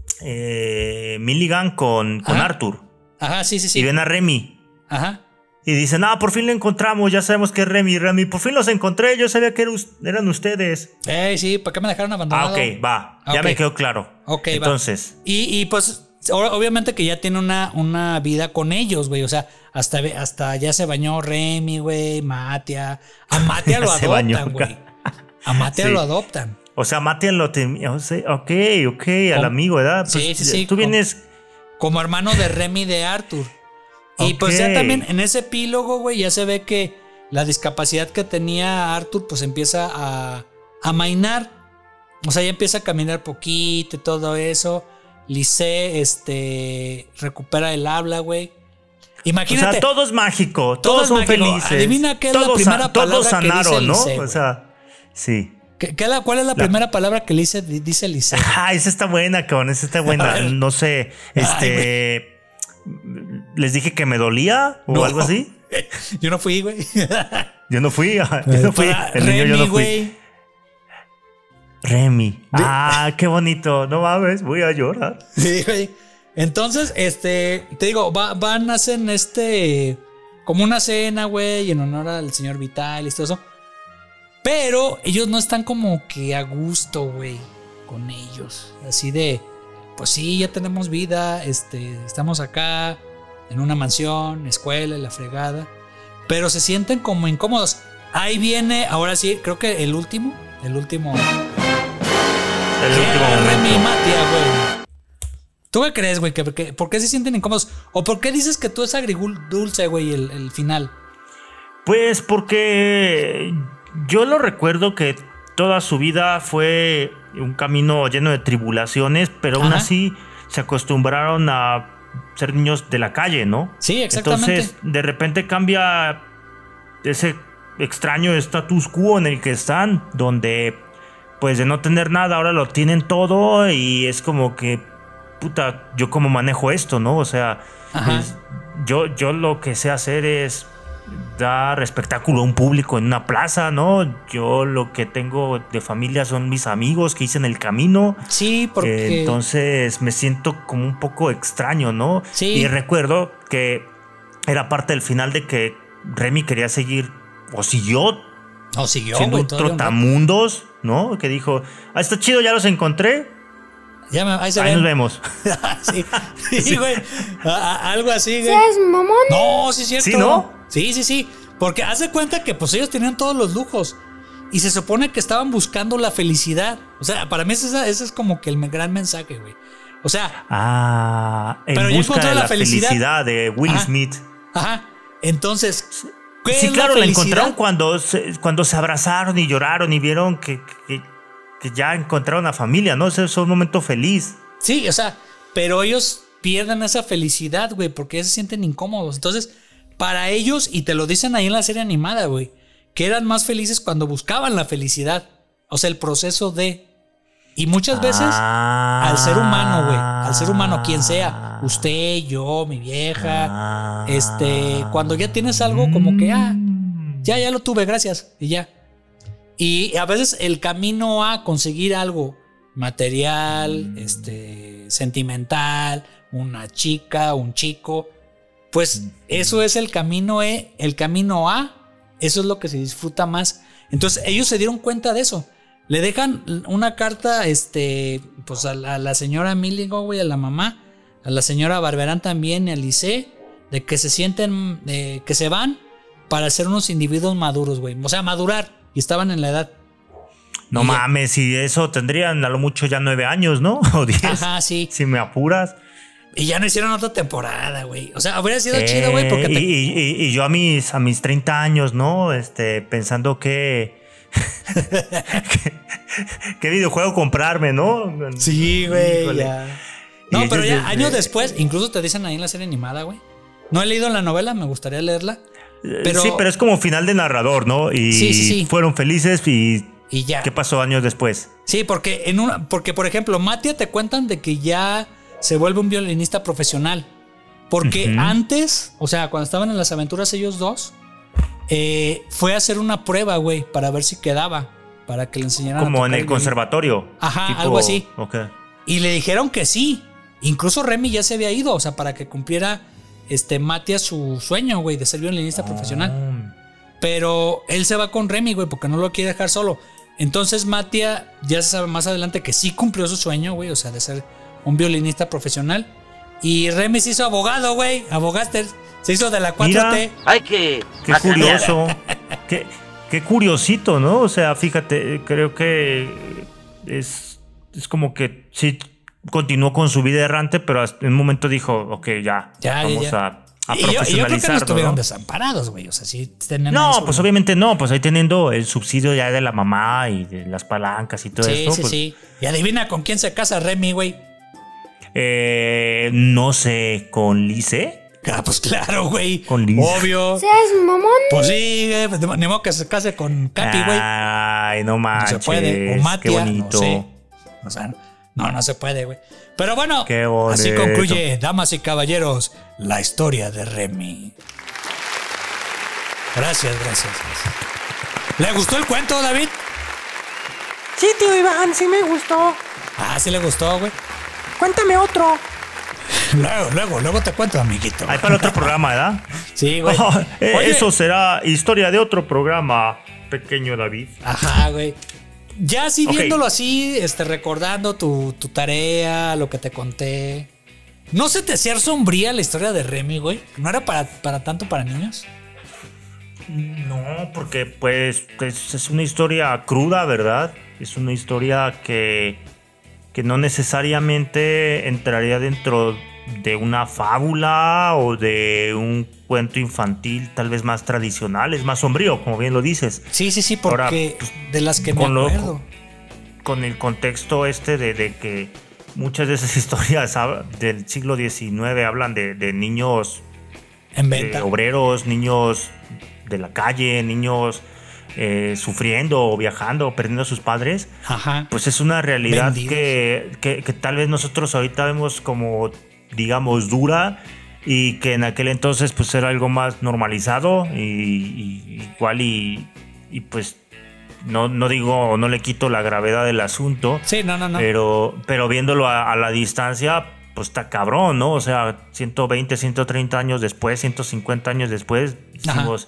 eh, Milligan con, con Ajá. Arthur Ajá, sí, sí, sí. y ven a Remy. Ajá. Y dicen, ah, por fin lo encontramos, ya sabemos que es Remy. Remy, por fin los encontré, yo sabía que era us- eran ustedes. Ey, sí, ¿para qué me dejaron Ah, abandonado? ok, va, Ah, ya ok. me quedó claro. Ok, va. Entonces, Y, y pues, o- obviamente que ya tiene una, una vida con ellos, güey. O sea, hasta, ve- hasta ya se bañó Remy, güey, Matia. A Matia Ya lo se bañó, adoptan, güey. A Matia Sí. lo adoptan. o sea, Mate lo tenía, o sea, ok, ok, al Com- amigo, ¿verdad? Sí, sí, sí, Tú com- vienes... Como hermano de Remy de Arthur. Y pues ya Ok. también en ese epílogo, güey, ya se ve que la discapacidad que tenía Arthur, pues empieza a, a mainar. O sea, ya empieza a caminar poquito y todo eso. Lice, este, recupera el habla, güey. Imagínate. O sea, todo es mágico, Todo todos es son mágico. felices. Adivina qué es la todos primera sa- todos palabra que dice sanaron, ¿no? Lice, O güey. sea, sí. ¿Qué, qué la, ¿Cuál es la, la primera palabra que le dice, dice Lice? Ah, esa está buena, cabrón. Esa está buena. No sé. Este. Ay, ¿les dije que me dolía o no, algo así? Yo no fui, güey. Yo no fui. Yo no fui. El niño Remy, yo no fui. Güey. Remy. Ah, qué bonito. No mames, voy a llorar. Sí, güey. Entonces, este, te digo, va, van a hacer este, como una cena, güey, en honor al señor Vitalis y todo eso. Pero ellos no están como que a gusto, güey, con ellos. Así de, pues sí, ya tenemos vida, este, estamos acá en una mansión, escuela, la fregada. Pero se sienten como incómodos. Ahí viene, ahora sí, creo que el último, el último. El último momento. Remy y Matia, güey. ¿Tú qué crees, güey? ¿Por qué se sienten incómodos? ¿O por qué dices que tú es agridulce, güey, el, el final? Pues porque yo lo recuerdo que toda su vida fue un camino lleno de tribulaciones, pero Ajá. aún así se acostumbraron a ser niños de la calle, ¿no? Sí, exactamente. Entonces, de repente cambia ese extraño status quo en el que están, donde, pues, de no tener nada, ahora lo tienen todo y es como que, puta, ¿yo cómo manejo esto, no? O sea, es, yo, yo lo que sé hacer es dar espectáculo a un público en una plaza, ¿no? Yo lo que tengo de familia son mis amigos que hice en el camino. Sí, porque... Eh, entonces me siento como un poco extraño, ¿no? Sí. Y recuerdo que era parte del final de que Remy quería seguir, o siguió, o siguió siendo güey, un trotamundos, ¿no? Que dijo, ah, está chido, ya los encontré. Ya me, ahí se ahí ven. nos vemos. sí, sí, sí, güey. A, a, algo así, güey. ¿Seas mamón? No, sí es cierto. Sí, ¿no? Sí, sí, sí. Porque haz de cuenta que pues ellos tenían todos los lujos. Y se supone que estaban buscando la felicidad. O sea, para mí ese, ese es como que el gran mensaje, güey. O sea... Ah, en pero busca de la, la felicidad. felicidad de Will Ajá. Smith. Ajá. Entonces... ¿qué sí, es claro, la, la encontraron cuando se, cuando se abrazaron y lloraron y vieron que, que, que ya encontraron a familia, ¿no? Ese es un momento feliz. Sí, o sea, pero ellos pierden esa felicidad, güey, porque se sienten incómodos. Entonces, para ellos, y te lo dicen ahí en la serie animada, güey, que eran más felices cuando buscaban la felicidad. O sea, el proceso de... Y muchas veces, ah, al ser humano, güey, al ser humano, quien sea, usted, yo, mi vieja, ah, este, cuando ya tienes algo como que, ah, ya, ya lo tuve, gracias, y ya. Y a veces el camino a conseguir algo material, este, sentimental, una chica, un chico, pues eso es el camino E, el camino A, eso es lo que se disfruta más. Entonces ellos se dieron cuenta de eso. Le dejan una carta, este, pues a la, a la señora Milligan, güey, a la mamá, a la señora Barberán también y a Lice, de que se sienten, eh, que se van para ser unos individuos maduros, güey. O sea, madurar, y estaban en la edad. No y mames, si eso tendrían a lo mucho ya nueve años, ¿no? O diez. Ajá, sí. Si me apuras. Y ya no hicieron otra temporada, güey. O sea, habría sido eh, chido, güey, porque... Y, te... y, y, y yo a mis, a mis treinta años, ¿no? Este, pensando que... ¿Qué, ¿Qué videojuego comprarme, no? Sí, güey. No, pero ya de, años de, después, incluso te dicen ahí en la serie animada, güey. No he leído la novela, me gustaría leerla. Pero... Sí, pero es como final de narrador, ¿no? Y sí, sí, sí. fueron felices y, y ya. ¿Qué pasó años después? Sí, porque en una, porque por ejemplo, Matia te cuentan de que ya se vuelve un violinista profesional. Porque uh-huh. antes, o sea, cuando estaban en las aventuras ellos dos, Eh, fue a hacer una prueba, güey, para ver si quedaba, para que le enseñaran como a en el, el conservatorio. Ajá, tipo, algo así. Okay. Y le dijeron que sí. Incluso Remy ya se había ido, o sea, para que cumpliera este Matia su sueño, güey, de ser violinista oh. profesional. Pero él se va con Remy, güey, porque no lo quiere dejar solo. Entonces Matia ya se sabe más adelante que sí cumplió su sueño, güey, o sea, de ser un violinista profesional. Y Remy se hizo abogado, güey, abogaster. Se hizo de la cuatro T. Mira, hay que... Qué curioso. qué, qué curiosito, ¿no? O sea, fíjate, creo que es, es como que sí continuó con su vida errante, pero en un momento dijo, ok, ya, ya vamos ya, ya. a, a y yo, y yo creo que no estuvieron ¿no? desamparados, güey. O sea, sí tenían... No, pues obviamente no. Pues ahí teniendo el subsidio ya de la mamá y de las palancas y todo sí, eso. Sí, pues, sí, sí. Y adivina con quién se casa Remy, güey. Eh, no sé, ¿con Lice? Ah, pues claro, güey. Con Liz. Obvio. ¿Seas mamón? Pues sí, güey. Ni modo que se case con Capi, güey. Ay, no No manches. se puede. O Matia, qué bonito. no sé. O sea, no, no se puede, güey. Pero bueno, Qué bonito. así concluye, damas y caballeros, la historia de Remy. Gracias, gracias, gracias. ¿Le gustó el cuento, David? Sí, tío Iván, sí me gustó. Ah, sí le gustó, güey. Cuéntame otro. Luego, luego, luego te cuento, amiguito. Ahí para otro programa, ¿verdad? Sí, güey. Oh, eh, Oye, eso será historia de otro programa, pequeño David. Ajá, güey. Ya así Ok. viéndolo así, este, recordando tu, tu tarea, lo que te conté. ¿No se te hacía sombría la historia de Remy, güey? ¿No era para, para tanto para niños? No, porque pues es, es una historia cruda, ¿verdad? Es una historia que, que no necesariamente entraría dentro de una fábula o de un cuento infantil tal vez más tradicional, es más sombrío, como bien lo dices. Sí, sí, sí, porque Ahora, pues, de las que me con lo- acuerdo. Con el contexto este de, de que muchas de esas historias hab- del siglo diecinueve hablan de, de niños En eh, venta. obreros, niños de la calle, niños eh, sufriendo o viajando o perdiendo a sus padres, Ajá. pues es una realidad Vendidos. que, que, que tal vez nosotros ahorita vemos como, digamos, dura y que en aquel entonces pues era algo más normalizado y, y- igual y, y pues no, no digo, no le quito la gravedad del asunto, Sí, no, no, no. pero, pero viéndolo a, a la distancia, pues está cabrón, ¿no? O sea, ciento veinte, ciento treinta años después, ciento cincuenta años después, decimos,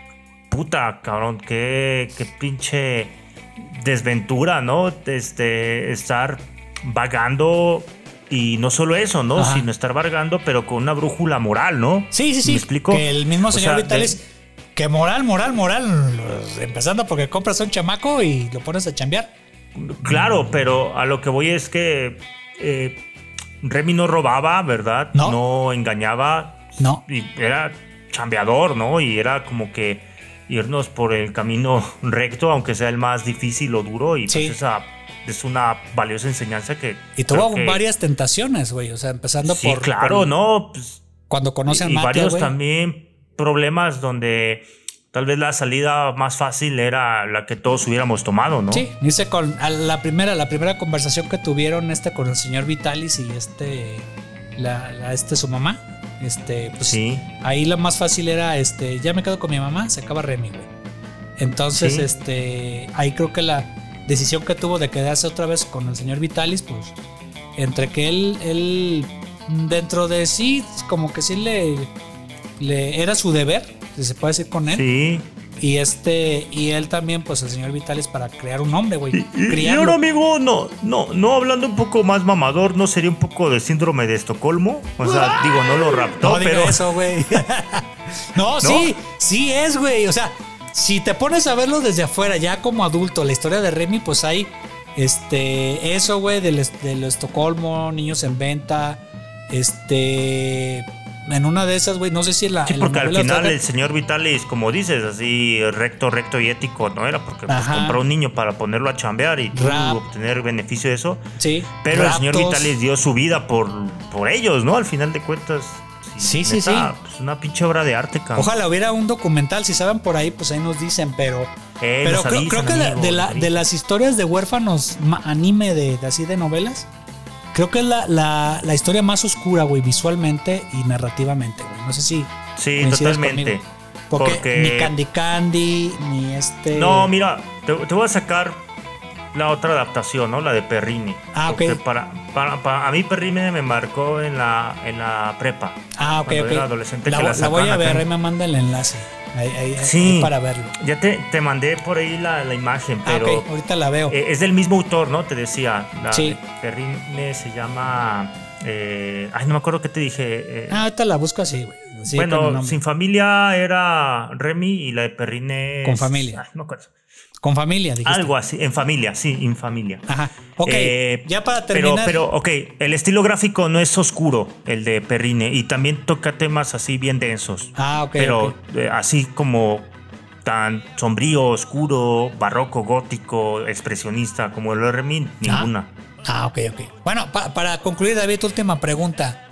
puta, cabrón, qué, qué pinche desventura, ¿no? Este, estar vagando y no solo eso, ¿no? Ajá. Sino estar vagando, pero con una brújula moral, ¿no? Sí, sí, sí. ¿Me explico? Que el mismo O señor sea, Vitalis, de- que moral, moral, moral. Empezando porque compras a un chamaco y lo pones a chambear. Claro, pero a lo que voy es que eh, Remy no robaba, ¿verdad? No. No engañaba. No. Y era chambeador, ¿no? Y era como que irnos por el camino recto, aunque sea el más difícil o duro. Y Sí. pues esa es una valiosa enseñanza que... Y tuvo creo que- varias tentaciones, güey. O sea, empezando Sí, por. claro, por- ¿no? Pues, Cuando conocen y a Matia, varios güey. también problemas donde tal vez la salida más fácil era la que todos hubiéramos tomado, ¿no? Sí, dice con a la primera, la primera conversación que tuvieron este con el señor Vitalis y este, la, la- este su mamá, este, pues Sí. ahí lo más fácil era, este, ya me quedo con mi mamá, se acaba Remy, güey. Entonces, Sí. este, ahí creo que la decisión que tuvo de quedarse otra vez con el señor Vitalis, pues, entre que él, él dentro de sí, como que sí le, le era su deber, si se puede decir con él. Sí. Y este, y él también, pues el señor Vitalis para crear un hombre, güey. Y, y criarlo. ahora, amigo, no, no, no hablando un poco más mamador, ¿no sería un poco de síndrome de Estocolmo? O sea, digo, no lo raptó, No diga pero. eso, güey. no, sí, sí es, güey. O sea, si te pones a verlo desde afuera, ya como adulto, la historia de Remy, pues hay este, eso, güey, del, est- del Estocolmo, niños en venta. Este. En una de esas, güey, no sé si en la. Sí, en la porque al novela final trata- el señor Vitalis, como dices, así recto, recto y ético, ¿no? Era porque pues, Ajá. compró un niño para ponerlo a chambear y tú Rap. obtener beneficio de eso. Sí. Pero el señor raptos. Vitalis dio su vida por, por ellos, ¿no? Al final de cuentas. Sí, sí, neta, sí. Pues una pinche obra de arte, cabrón. Ojalá hubiera un documental, si saben por ahí, pues ahí nos dicen, pero. Eh, pero nos creo, avisan, creo que de- amigo, de, la- nos de las historias de huérfanos ma- anime de, de así de novelas, creo que es la, la, la historia más oscura, güey, visualmente y narrativamente, güey. No sé si. Sí, coincidas totalmente. conmigo. Porque, Porque- ni Candy Candy, ni este. No, mira, te, te voy a sacar la otra adaptación, ¿no? La de Perrine. Ah, ok. Porque Para, para, para- a mí Perrine me marcó en la, en la prepa. Ah, ok, cuando ok. era adolescente la, que la la voy a sacaban ver, acá. ahí me manda el enlace. Ahí, ahí- ahí Sí. para verlo. Ya te, te mandé por ahí la, la imagen, Ah, pero ok, ahorita la veo. eh, es del mismo autor, ¿no? Te decía. La Sí. de Perrine se llama... eh, ay, no me acuerdo qué te dije. eh, ah, ahorita la busco así, güey. Así con el bueno, nombre. Sin Familia era Remy y la de Perrine... es- Con Familia. ay, no me acuerdo. Con familia, dijiste. Algo así, en familia, sí, en familia. Ajá. Ok, Eh, ya para pero, terminar. pero, ok, el estilo gráfico no es oscuro, el de Perrine, y también toca temas así bien densos. Ah, ok. pero ok. eh, así como tan sombrío, oscuro, barroco, gótico, expresionista como el de Remy, ninguna. Ah, ok, ok. Bueno, pa- para concluir, David, última pregunta.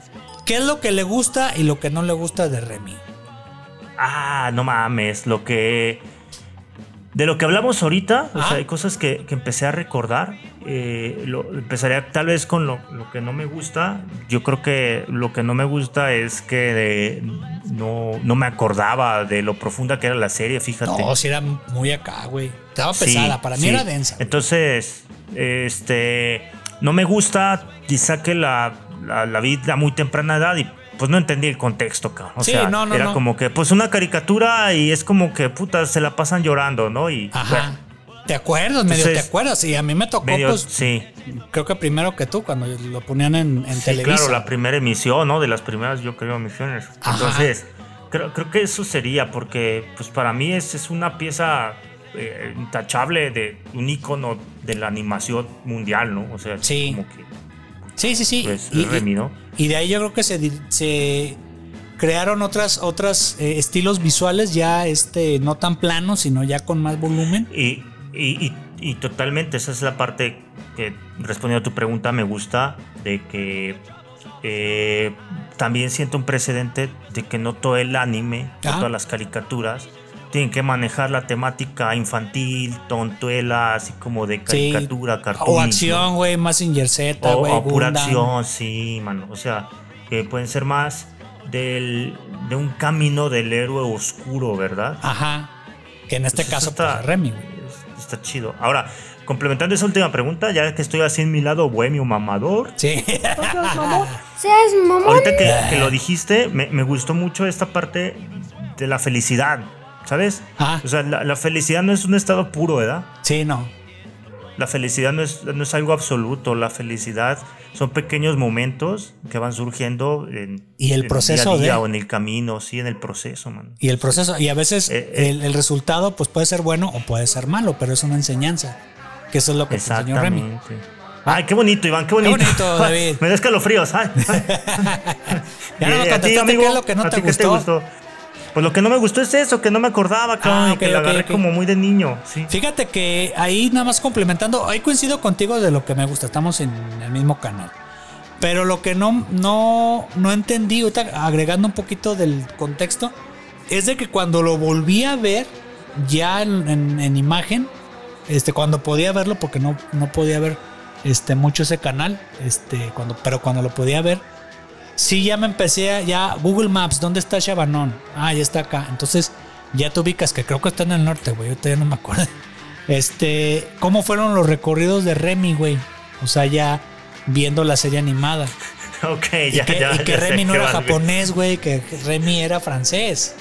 ¿Qué es lo que le gusta y lo que no le gusta de Remy? Ah, no mames, lo que... De lo que hablamos ahorita, o Ah. sea, hay cosas que, que empecé a recordar. Eh, lo, empezaría tal vez con lo, lo que no me gusta. Yo creo que lo que no me gusta es que de- no, no me acordaba de lo profunda que era la serie, fíjate. No, si era muy acá, güey. Estaba Sí, pesada, para mí sí. era densa. Entonces, este, no me gusta quizá que la, la, la vi a muy temprana edad y pues no entendí el contexto, cabrón. O Sí, sea, no, no, era no. como que pues una caricatura y es como que puta se la pasan llorando, ¿no? Y Ajá. ¿Te acuerdas? Medio Entonces, te acuerdas. Y a mí me tocó, medio, pues, sí. creo que primero que tú, cuando lo ponían en, en Sí, Televisa. claro, la primera emisión, ¿no? De las primeras, yo creo, emisiones. Ajá. Entonces, creo, creo que eso sería, porque pues para mí es, es una pieza eh, intachable de un ícono de la animación mundial, ¿no? O sea, es Sí. como que Sí, sí, sí. pues, y, Remy, ¿no? y de ahí yo creo que se, di- se crearon otras, otras eh, estilos visuales ya este, no tan planos, sino ya con más volumen. Y, y, y, y totalmente, esa es la parte que, respondiendo a tu pregunta, me gusta, de que eh, también siento un precedente de que no todo el anime, no Ah. todas las caricaturas, tienen que manejar la temática infantil, tontuela, así como de Sí. caricatura, cartoon. O acción, güey, Mazinger Z, O, güey. o pura Gundam. acción, sí, mano. O sea, que pueden ser más del, de un camino del héroe oscuro, ¿verdad? Ajá. Que en este Pues caso, eso está, pues, Remy, güey. es- está chido. Ahora, complementando esa última pregunta, ya que estoy así en mi lado bohemio mamador, Sí. Seas mamón. ahorita que, que lo dijiste, me, me gustó mucho esta parte de la felicidad, ¿sabes? Ah. O sea, la, la felicidad no es un estado puro, ¿verdad? Sí, no. La felicidad no es, no es algo absoluto, la felicidad son pequeños momentos que van surgiendo en, Y el en proceso día a día de- o en el camino, sí, en el proceso, man. Y el proceso, y a veces Eh, eh. el, el resultado pues puede ser bueno o puede ser malo, pero es una enseñanza. Que eso es lo que te enseñó Remy. Exactamente. Ay, qué bonito, Iván, qué bonito. bonito, David. Me da escalofríos. Ay, ay. Ya no ¿Y me a ti, contestaste amigo? qué es lo que no ¿A te ti qué gustó. Pues lo que no me gustó es eso, que no me acordaba, cabrón, Ah, y que ok, la ok, agarré ok. como muy de niño. Sí. Fíjate que ahí nada más complementando, ahí coincido contigo de lo que me gusta, estamos en el mismo canal. Pero lo que no, no, no entendí, ahorita agregando un poquito del contexto, es de que cuando lo volví a ver ya en, en- en imagen, este, cuando podía verlo, porque no, no podía ver este, mucho ese canal, este, cuando, pero cuando lo podía ver, sí ya me empecé a, ya Google Maps, ¿dónde está Chabanón? Ah, ya está acá. Entonces ya te ubicas, que creo que está en el norte, güey, ahorita ya no me acuerdo. Este, ¿cómo fueron los recorridos de Remy, güey? O sea, ya viendo la serie animada. Ok, Y ya, que, ya. y que ya sé Remy no qué era vas, güey. japonés, güey, que Remy era francés.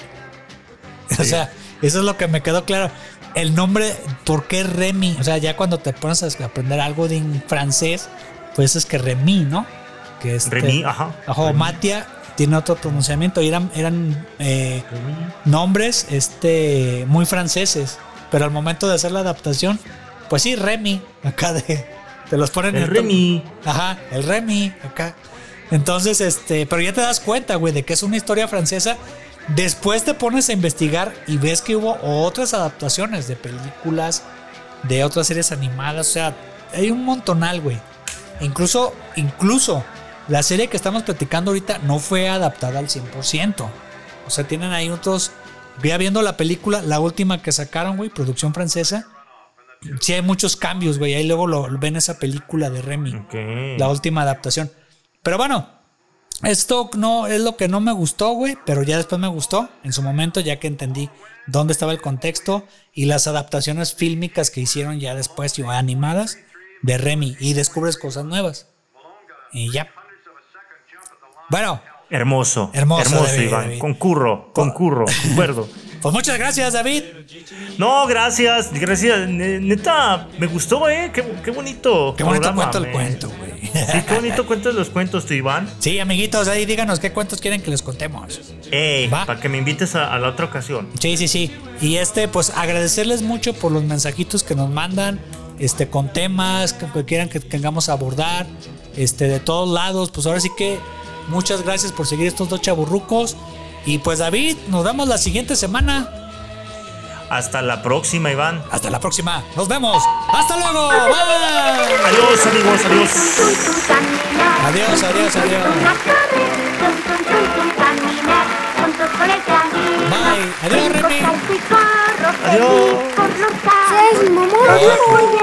O sea, eso es lo que me quedó claro. El nombre, ¿por qué Remy? O sea, ya cuando te pones a aprender algo de en francés, pues es que Remy, ¿no? Que este, Remy, ajá. Ajá, Remy. Matia tiene otro pronunciamiento y eran, eran eh, nombres este, muy franceses. Pero al momento de hacer la adaptación, pues sí, Remy, acá de, te los ponen El en Remy. Ajá, el Remy, acá. Entonces, este, pero ya te das cuenta, güey, de que es una historia francesa. Después te pones a investigar y ves que hubo otras adaptaciones de películas, de otras series animadas. O sea, hay un montonal, güey. Incluso, incluso la serie que estamos platicando ahorita no fue adaptada al cien por ciento. O sea, tienen ahí otros. Ya viendo la película, la última que sacaron, güey, producción francesa. Sí hay muchos cambios, güey. Ahí luego lo, ven esa película de Remy. Ok. La última adaptación. Pero bueno, esto no es lo que no me gustó, güey. Pero ya después me gustó. En su momento, ya que entendí dónde estaba el contexto y las adaptaciones fílmicas que hicieron ya después, o animadas, de Remy. Y descubres cosas nuevas. Y ya. Bueno, Hermoso. Hermoso, Hermoso, David, Iván. David. Concurro, concurro, concuerdo. pues muchas gracias, David. No, gracias, gracias. Ne- Neta, me gustó, ¿eh? Qué, qué bonito. Qué bonito programa, cuento el me- cuento, güey. Sí, qué bonito cuentas los cuentos, tú, Iván. Sí, amiguitos, ahí díganos qué cuentos quieren que les contemos. Ey, Va. para que me invites a, a la otra ocasión. Sí, sí, sí. Y este, pues agradecerles mucho por los mensajitos que nos mandan, este, con temas que, que quieran que tengamos a abordar, este, de todos lados. Pues ahora sí que muchas gracias por seguir estos dos chaburrucos. Y pues David, nos vemos la siguiente semana. Hasta la próxima, Iván. Hasta la próxima. Nos vemos. Hasta luego. Bye. Adiós, amigos. Adiós. Adiós, adiós, adiós. Bye. Adiós, Remy. Adiós. Seas mamón.